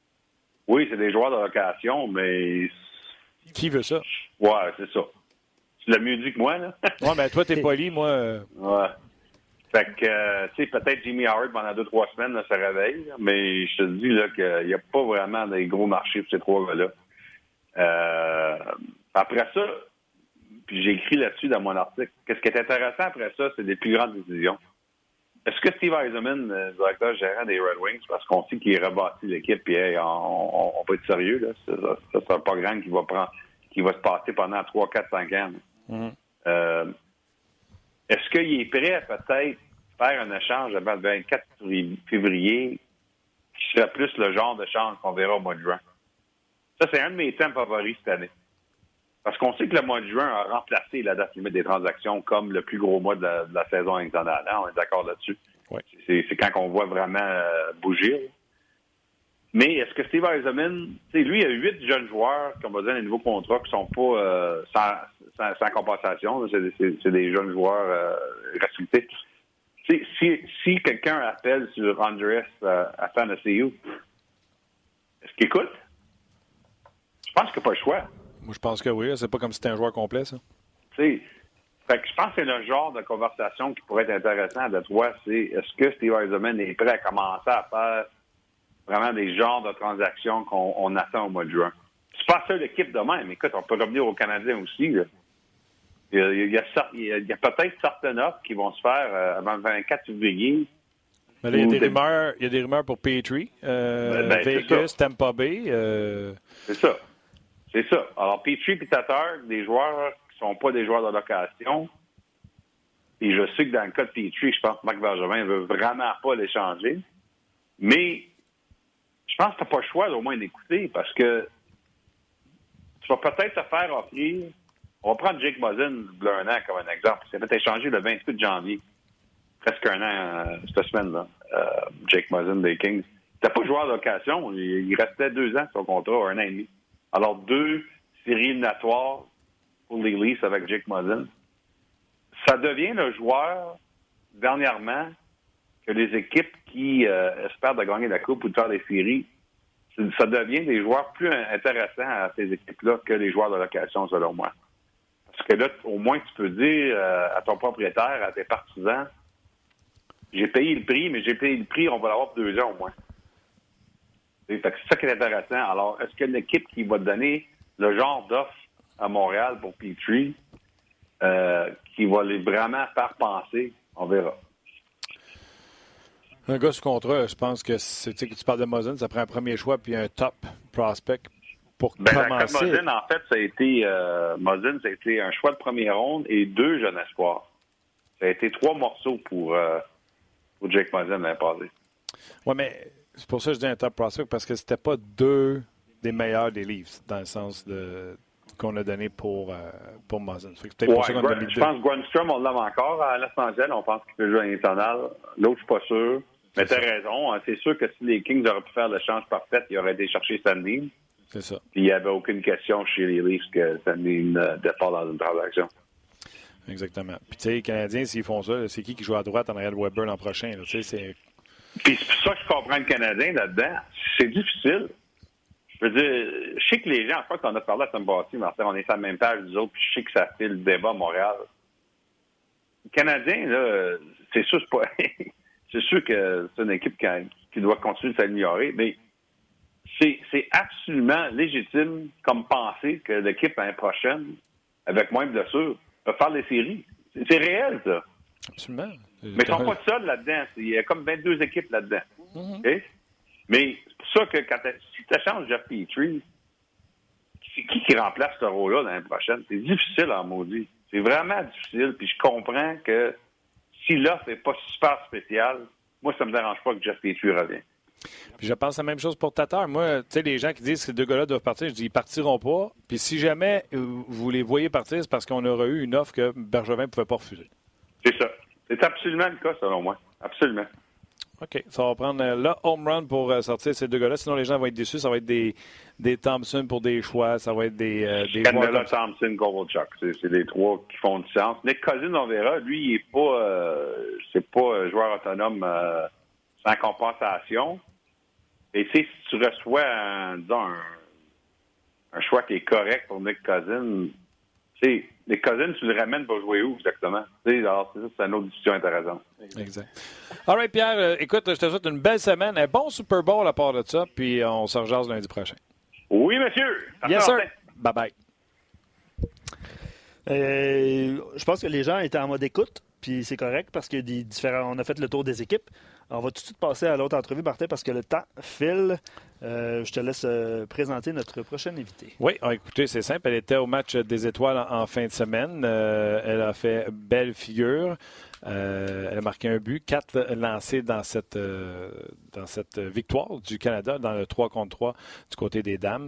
Oui, c'est des joueurs de location, mais... Qui veut ça? Ouais, c'est ça. Tu l'as mieux dit que moi, là. Ouais, mais toi, t'es poli, moi... Euh... Ouais. Fait que, euh, tu sais, peut-être Jimmy Howard, pendant deux, trois semaines, là, ça réveille, là, mais je te dis, là, qu'il n'y a pas vraiment des gros marchés pour ces trois gars-là. Euh, après ça, puis j'ai écrit là-dessus dans mon article, qu'est-ce qui est intéressant après ça, c'est des plus grandes décisions. Est-ce que Steve Yzerman, le directeur gérant des Red Wings, parce qu'on sait qu'il rebâtit l'équipe, puis hey, on, on, on peut être sérieux, là, ça, ça, ça sera pas grand qui va prendre, qui va se passer pendant trois, quatre, cinq ans. Mm-hmm. Euh, est-ce qu'il est prêt à peut-être faire un échange avant le vingt-quatre février qui serait plus le genre d'échange qu'on verra au mois de juin? Ça, c'est un de mes thèmes favoris cette année. Parce qu'on sait que le mois de juin a remplacé la date limite des transactions comme le plus gros mois de la, de la saison internationale. Hein? On est d'accord là-dessus. Ouais. C'est, c'est quand on voit vraiment euh, bouger. Mais est-ce que Steve Yzerman, lui, il y a huit jeunes joueurs, comme on va dire, des nouveaux contrats qui sont pas euh, sans, sans, sans compensation. C'est, c'est, c'est des jeunes joueurs euh, respectés. Si, si, si quelqu'un appelle sur Andreas euh, à Fantasy, est-ce qu'il écoute? Je pense qu'il n'y a pas le choix. Moi, je pense que oui. C'est pas comme si c'était un joueur complet, ça. Tu sais, fait que je pense que c'est le genre de conversation qui pourrait être intéressant de toi. C'est est-ce que Steve Yzerman est prêt à commencer à faire vraiment des genres de transactions qu'on on attend au mois de juin? C'est pas ça l'équipe de même. Écoute, on peut revenir aux Canadiens aussi. Là. Il, y a, il, y a, il, y a, il y a peut-être certaines offres qui vont se faire euh, avant le vingt-quatre février. Mais là, il, y a des rumeurs, il y a des rumeurs pour Petrie, euh, ben, Vegas, Tampa Bay. Euh... C'est ça. C'est ça. Alors, Petrie et Tatar, des joueurs qui ne sont pas des joueurs de location. Et je sais que dans le cas de Petrie, je pense que Marc Bergevin ne veut vraiment pas l'échanger. Mais je pense que tu n'as pas le choix au moins d'écouter parce que tu vas peut-être te faire offrir. On va prendre Jake Muzzin de un an comme un exemple. Il s'est fait échanger le vingt-huit janvier. Presque un an euh, cette semaine-là. Euh, Jake Muzzin des Kings. Il n'était pas joueur de location. Il, il restait deux ans sur son contrat, un an et demi. Alors, deux séries éliminatoires pour les Leafs avec Jake Muzzin. Ça devient le joueur, dernièrement, que les équipes qui euh, espèrent de gagner la Coupe ou de faire des séries, ça devient des joueurs plus intéressants à ces équipes-là que les joueurs de location, selon moi. Parce que là, au moins, tu peux dire euh, à ton propriétaire, à tes partisans, j'ai payé le prix, mais j'ai payé le prix, on va l'avoir pour deux ans au moins. C'est ça qui est intéressant. Alors, est-ce qu'il y a une équipe qui va donner le genre d'offre à Montréal pour Petrie euh, qui va les vraiment faire penser? On verra. Un gars sous contrat, je pense que c'est, tu sais, que tu parles de Muzzin, ça prend un premier choix puis un top prospect pour ben, commencer. Muzzin, en fait, ça a été euh, Muzzin, ça a été un choix de première ronde et deux jeunes espoirs. Ça a été trois morceaux pour, euh, pour Jake Muzzin l'année passée. Oui, mais c'est pour ça que je dis un top prospect, parce que c'était pas deux des meilleurs des Leafs, dans le sens de qu'on a donné pour, euh, pour Muzzin. C'est ouais, pour ça qu'on a mis je deux. pense que Grundstrom, on l'aime encore à Los Angeles. On pense qu'il peut jouer à l'international. L'autre, je suis pas sûr. Mais tu as raison. C'est sûr que si les Kings auraient pu faire l'échange parfait, ils auraient été chercher Sandin. C'est ça. Puis il n'y avait aucune question chez les Leafs que Sandin euh, départ dans une transaction. Exactement. Puis tu sais, les Canadiens, s'ils font ça, c'est qui qui joue à droite en arrière de Weber l'an prochain? Là, c'est... Puis c'est pour ça que je comprends le Canadien là-dedans. C'est difficile. Je veux dire, je sais que les gens, je crois qu'on a parlé à Saint-Bastien, Martin, on est sur la même page des autres, puis je sais que ça fait le débat à Montréal. Le Canadien, là, c'est sûr, c'est pas... c'est sûr que c'est une équipe qui, qui doit continuer de s'améliorer, mais c'est, c'est absolument légitime comme penser que l'équipe l'année prochaine, avec moins de blessures, peut faire des séries. C'est, c'est réel, ça. Absolument. Mais ils ne sont pas seuls là-dedans. Il y a comme vingt-deux équipes là-dedans. Mm-hmm. Okay? Mais c'est pour ça que quand si tu changes Jeff Petrie, c'est qui qui remplace ce rôle-là l'année prochaine? C'est difficile en maudit. C'est vraiment difficile. Puis je comprends que si l'offre n'est pas super spéciale, moi, ça ne me dérange pas que Jeff Petrie revienne. Puis je pense la même chose pour Tatar. Moi, tu sais, les gens qui disent que ces deux gars-là doivent partir, je dis ils partiront pas. Puis si jamais vous les voyez partir, c'est parce qu'on aurait eu une offre que Bergevin ne pouvait pas refuser. C'est ça. C'est absolument le cas, selon moi. Absolument. OK. Ça va prendre euh, le home run pour euh, sortir ces deux gars-là. Sinon, les gens vont être déçus. Ça va être des, des Thompson pour des choix. Ça va être des... Euh, des Cannella, Thompson, Kovalchuk. C'est, c'est les trois qui font du sens. Nick Cousins, on verra. Lui, il n'est pas... Euh, c'est pas un joueur autonome euh, sans compensation. Et tu sais, si tu reçois, un, disons, un, un choix qui est correct pour Nick Cousins... Tu sais, les Cousins, tu le ramènes pour jouer où exactement? Tu sais, alors, c'est ça, c'est une autre discussion intéressante. Exact. All right, Pierre, euh, écoute, je te souhaite une belle semaine, un bon Super Bowl à part de ça, puis on se rejase lundi prochain. Oui, monsieur! Yes, sir! Bye-bye. Euh, je pense que les gens étaient en mode écoute, puis c'est correct parce que des différents, on a fait le tour des équipes. On va tout de suite passer à l'autre entrevue, Martin, parce que le temps file. Euh, je te laisse euh, présenter notre prochaine invitée. Oui, ah, écoutez, c'est simple. Elle était au match des Étoiles en, en fin de semaine. Euh, elle a fait belle figure. Euh, elle a marqué un but, quatre lancés dans cette, euh, dans cette victoire du Canada, dans le trois contre trois du côté des dames.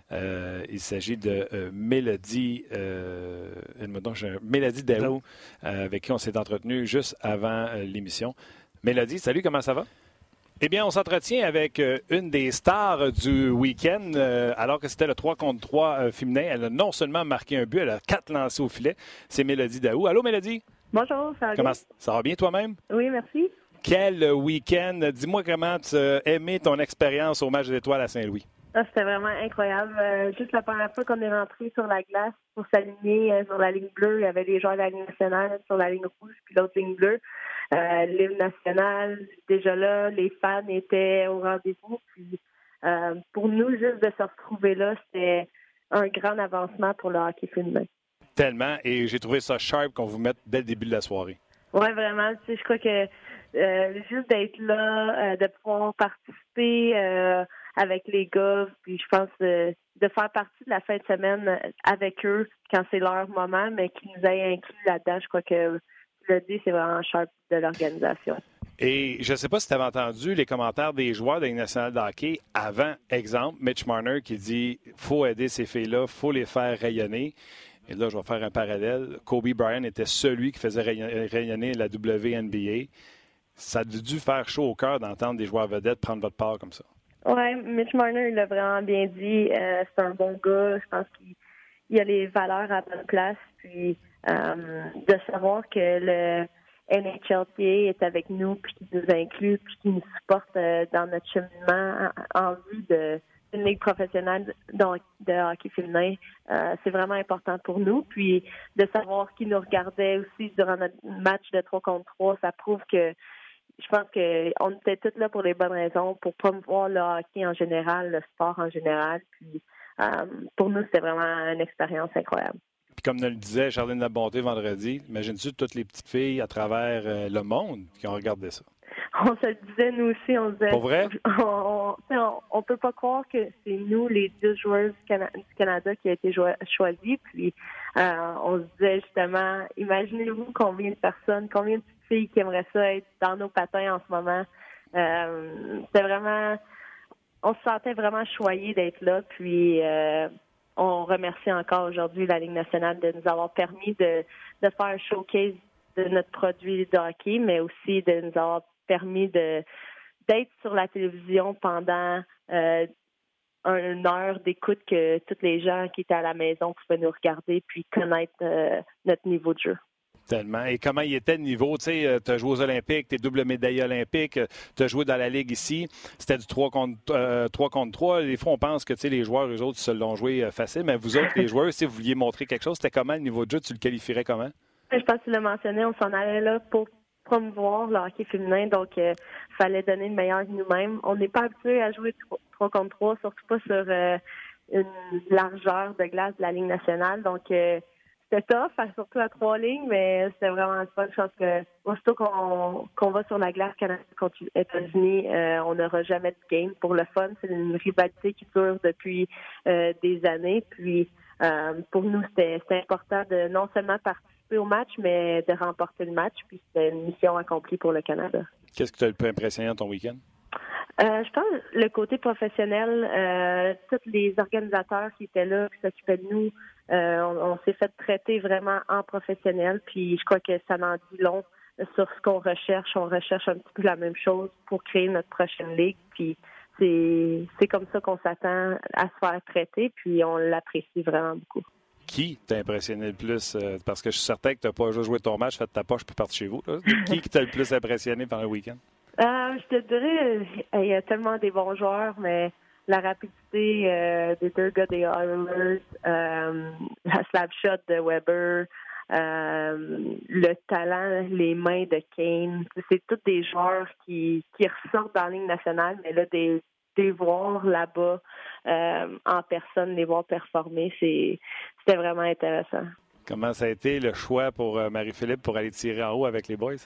Euh, il s'agit de euh, Mélodie, euh, Mélodie Daou, euh, avec qui on s'est entretenu juste avant euh, l'émission. Mélodie, salut, comment ça va? Eh bien, on s'entretient avec euh, une des stars du week-end, euh, alors que c'était le trois contre trois euh, féminin. Elle a non seulement marqué un but, elle a quatre lancés au filet. C'est Mélodie Daou. Allô, Mélodie? Bonjour, ça va Comment, bien? Ça va bien toi-même? Oui, merci. Quel week-end! Dis-moi comment tu as aimé ton expérience au match des étoiles à Saint-Louis. Ah, c'était vraiment incroyable. Euh, juste la première fois qu'on est rentré sur la glace pour s'aligner euh, sur la ligne bleue, il y avait des joueurs de la Ligue nationale sur la ligne rouge puis l'autre ligne bleue. Euh, l'hymne national, déjà là, les fans étaient au rendez-vous. Puis, euh, pour nous, juste de se retrouver là, c'était un grand avancement pour le hockey féminin. Tellement, et j'ai trouvé ça sharp qu'on vous mette dès le début de la soirée. Oui, vraiment. Tu sais, je crois que euh, juste d'être là, euh, de pouvoir participer euh, avec les gars, puis je pense euh, de faire partie de la fin de semaine avec eux quand c'est leur moment, mais qu'ils nous aient inclus là-dedans, je crois que tu l'as dit, c'est vraiment sharp de l'organisation. Et je ne sais pas si tu avais entendu les commentaires des joueurs de la Ligue nationale de hockey avant, exemple, Mitch Marner qui dit « faut aider ces filles-là, il faut les faire rayonner ». Et là, je vais faire un parallèle. Kobe Bryant était celui qui faisait rayonner la W N B A. Ça a dû faire chaud au cœur d'entendre des joueurs vedettes prendre votre part comme ça. Oui, Mitch Marner, il l'a vraiment bien dit. Euh, c'est un bon gars. Je pense qu'il il a les valeurs à bonne place. Puis euh, de savoir que le N H L P A est avec nous, puis qu'il nous inclut, puis qu'il nous supporte euh, dans notre cheminement en, en vue de une ligue professionnelle de, de hockey féminin, euh, c'est vraiment important pour nous. Puis de savoir qu'ils nous regardaient aussi durant notre match de trois contre trois, ça prouve que je pense qu'on était tous là pour les bonnes raisons, pour promouvoir le hockey en général, le sport en général. Puis euh, pour nous, c'était vraiment une expérience incroyable. Puis comme nous le disait Charline Labonté vendredi, imagine-tu toutes les petites filles à travers euh, le monde qui ont regardé ça? On se le disait, nous aussi, on disait... Pour vrai? On, on, on peut pas croire que c'est nous, les dix joueurs du, Cana- du Canada, qui a été jo- choisis. Puis, euh, on se disait justement, imaginez-vous combien de personnes, combien de petites filles qui aimeraient ça être dans nos patins en ce moment. Euh, c'était vraiment... On se sentait vraiment choyés d'être là. Puis, euh, on remercie encore aujourd'hui la Ligue nationale de nous avoir permis de, de faire un showcase de notre produit de hockey, mais aussi de nous avoir permis de d'être sur la télévision pendant euh, une heure d'écoute que tous les gens qui étaient à la maison pouvaient nous regarder puis connaître euh, notre niveau de jeu. Tellement. Et comment il était le niveau? Tu sais, tu as joué aux Olympiques, tu es double médaille olympique, tu as joué dans la Ligue ici. C'était du trois contre trois. Des fois, on pense que les joueurs, eux autres, ils se l'ont joué euh, facile, mais vous autres, les joueurs, si vous vouliez montrer quelque chose, c'était comment le niveau de jeu? Tu le qualifierais comment? Je pense que tu l'as mentionné, on s'en allait là pour promouvoir le hockey féminin, donc il euh, fallait donner le meilleur de nous-mêmes. On n'est pas habitué à jouer trois contre trois, surtout pas sur euh, une largeur de glace de la Ligue nationale, donc euh, c'était tough, surtout à trois lignes, mais c'était vraiment le fun. Je pense que aussitôt qu'on, qu'on va sur la glace Canada contre les États-Unis, euh, on n'aura jamais de game pour le fun. C'est une rivalité qui dure depuis euh, des années, puis euh, pour nous, c'était, c'était important de non seulement participer au match, mais de remporter le match. Puis c'était une mission accomplie pour le Canada. Qu'est-ce qui t'a le plus impressionné dans ton week-end? Euh, je pense le côté professionnel, euh, tous les organisateurs qui étaient là, qui s'occupaient de nous, euh, on, on s'est fait traiter vraiment en professionnel. Puis je crois que ça en dit long sur ce qu'on recherche. On recherche un petit peu la même chose pour créer notre prochaine ligue. Puis c'est, c'est comme ça qu'on s'attend à se faire traiter. Puis on l'apprécie vraiment beaucoup. Qui t'a impressionné le plus? Euh, parce que je suis certain que tu n'as pas juste joué ton match, fait ta poche puis parti chez vous. Là. Qui t'a le plus impressionné pendant le week-end? Euh, je te dirais, il y a tellement des bons joueurs, mais la rapidité euh, des deux gars des Oilers, euh, la slap shot de Weber, euh, le talent, les mains de Kane, c'est tous des joueurs qui, qui ressortent dans la Ligue nationale, mais là, des les voir là-bas euh, en personne, les voir performer, c'est, c'était vraiment intéressant. Comment ça a été le choix pour euh, Marie-Philippe pour aller tirer en haut avec les boys?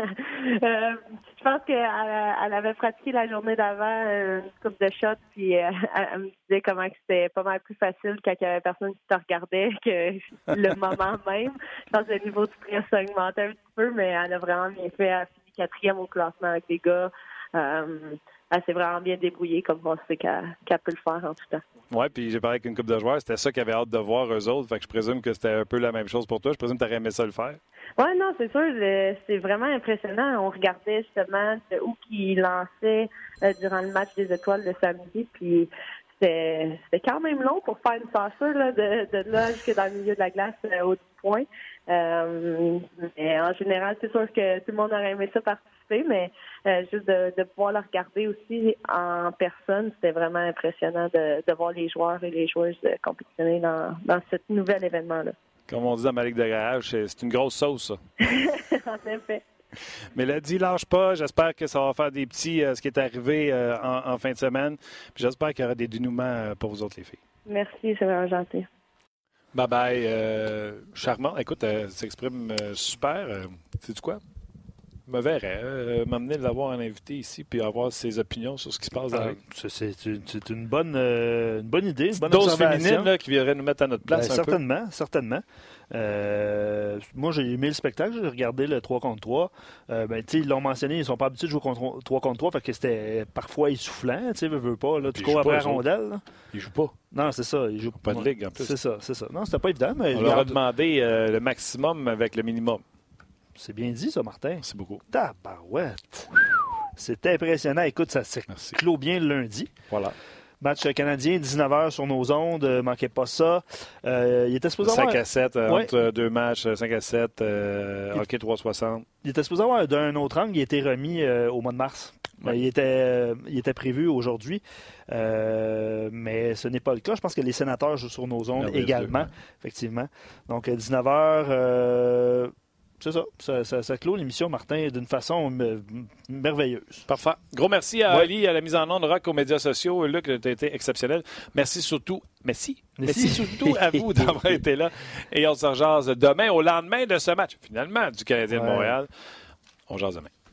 euh, je pense qu'elle elle avait pratiqué la journée d'avant euh, une coupe de shots, puis euh, elle, elle me disait comment que c'était pas mal plus facile quand il y avait personne qui te regardait que le moment même. Je pense que le niveau de stress a augmenté un petit peu, mais elle a vraiment bien fait. Elle a fini quatrième au classement avec les gars. Euh, elle s'est vraiment bien débrouillée comme on sait qu'elle, qu'elle peut le faire en tout temps. Oui, puis j'ai parlé avec une couple de joueurs. C'était ça qu'ils avaient hâte de voir, eux autres. Fait que je présume que c'était un peu la même chose pour toi. Je présume que tu aurais aimé ça le faire. Oui, non, c'est sûr. Le, c'est vraiment impressionnant. On regardait justement de où qu'il lançait euh, durant le match des étoiles de samedi. Puis c'était, c'était quand même long pour faire une saucer là, de, de là jusque dans le milieu de la glace euh, au dix points. Euh, mais en général, c'est sûr que tout le monde aurait aimé ça participer, mais euh, juste de, de pouvoir le regarder aussi en personne, c'était vraiment impressionnant de, de voir les joueurs et les joueuses compétitionner dans, dans ce nouvel événement-là. Comme on dit dans ma ligue de garage, c'est, c'est une grosse sauce, ça. En effet. Mélodie, lâche pas. J'espère que ça va faire des petits, euh, ce qui est arrivé euh, en, en fin de semaine. Puis j'espère qu'il y aura des dénouements euh, pour vous autres, les filles. Merci, c'est vraiment gentil. Bye-bye. Euh, charmant. Écoute, elle euh, s'exprime euh, super. Euh, sais-tu quoi? Je me verrais euh, m'amener de l'avoir en invité ici puis avoir ses opinions sur ce qui se passe dans ah, la... c'est, c'est, c'est une bonne, euh, une bonne idée, une bonne dose observation. féminine là, qui viendrait nous mettre à notre place Ben, un certainement, peu. certainement. Euh, moi, j'ai aimé le spectacle. J'ai regardé le trois contre trois. Euh, ben, ils l'ont mentionné, ils ne sont pas habitués de jouer contre trois contre trois, fait que c'était parfois essoufflant. Tu veux, veux pas, là, tu cours après la rondelle. Là. Ils jouent pas. Non, c'est ça. Ils jouent pas de ligue en plus. C'est ça, c'est ça. Non, c'était pas évident. Mais on leur a demandé euh, le maximum avec le minimum. C'est bien dit, ça, Martin. C'est beaucoup. Tabarouette. C'est impressionnant. Écoute, ça s'est clos bien le lundi. Voilà. Match canadien, dix-neuf heures sur nos ondes. Euh, manquez pas ça. Euh, il était supposé cinq avoir... à sept, euh, ouais. entre deux matchs, cinq à sept, euh, il... hockey trois cent soixante. Il était supposé avoir d'un autre angle. Il a été remis euh, au mois de mars. Ouais. Il, était, euh, il était prévu aujourd'hui. Euh, mais ce n'est pas le cas. Je pense que les sénateurs jouent sur nos ondes ah, oui, également. Effectivement. Donc, dix-neuf heures... Euh... C'est ça. Ça, ça. ça clôt l'émission, Martin, d'une façon me- merveilleuse. Parfait. Gros merci à ouais. Ali, à la mise en onde, Rock aux médias sociaux. Luc, tu as été exceptionnel. Merci surtout, merci, merci, merci surtout à vous d'avoir été là. Et on se rejase demain, au lendemain de ce match, finalement, du Canadien ouais. de Montréal. On jase demain.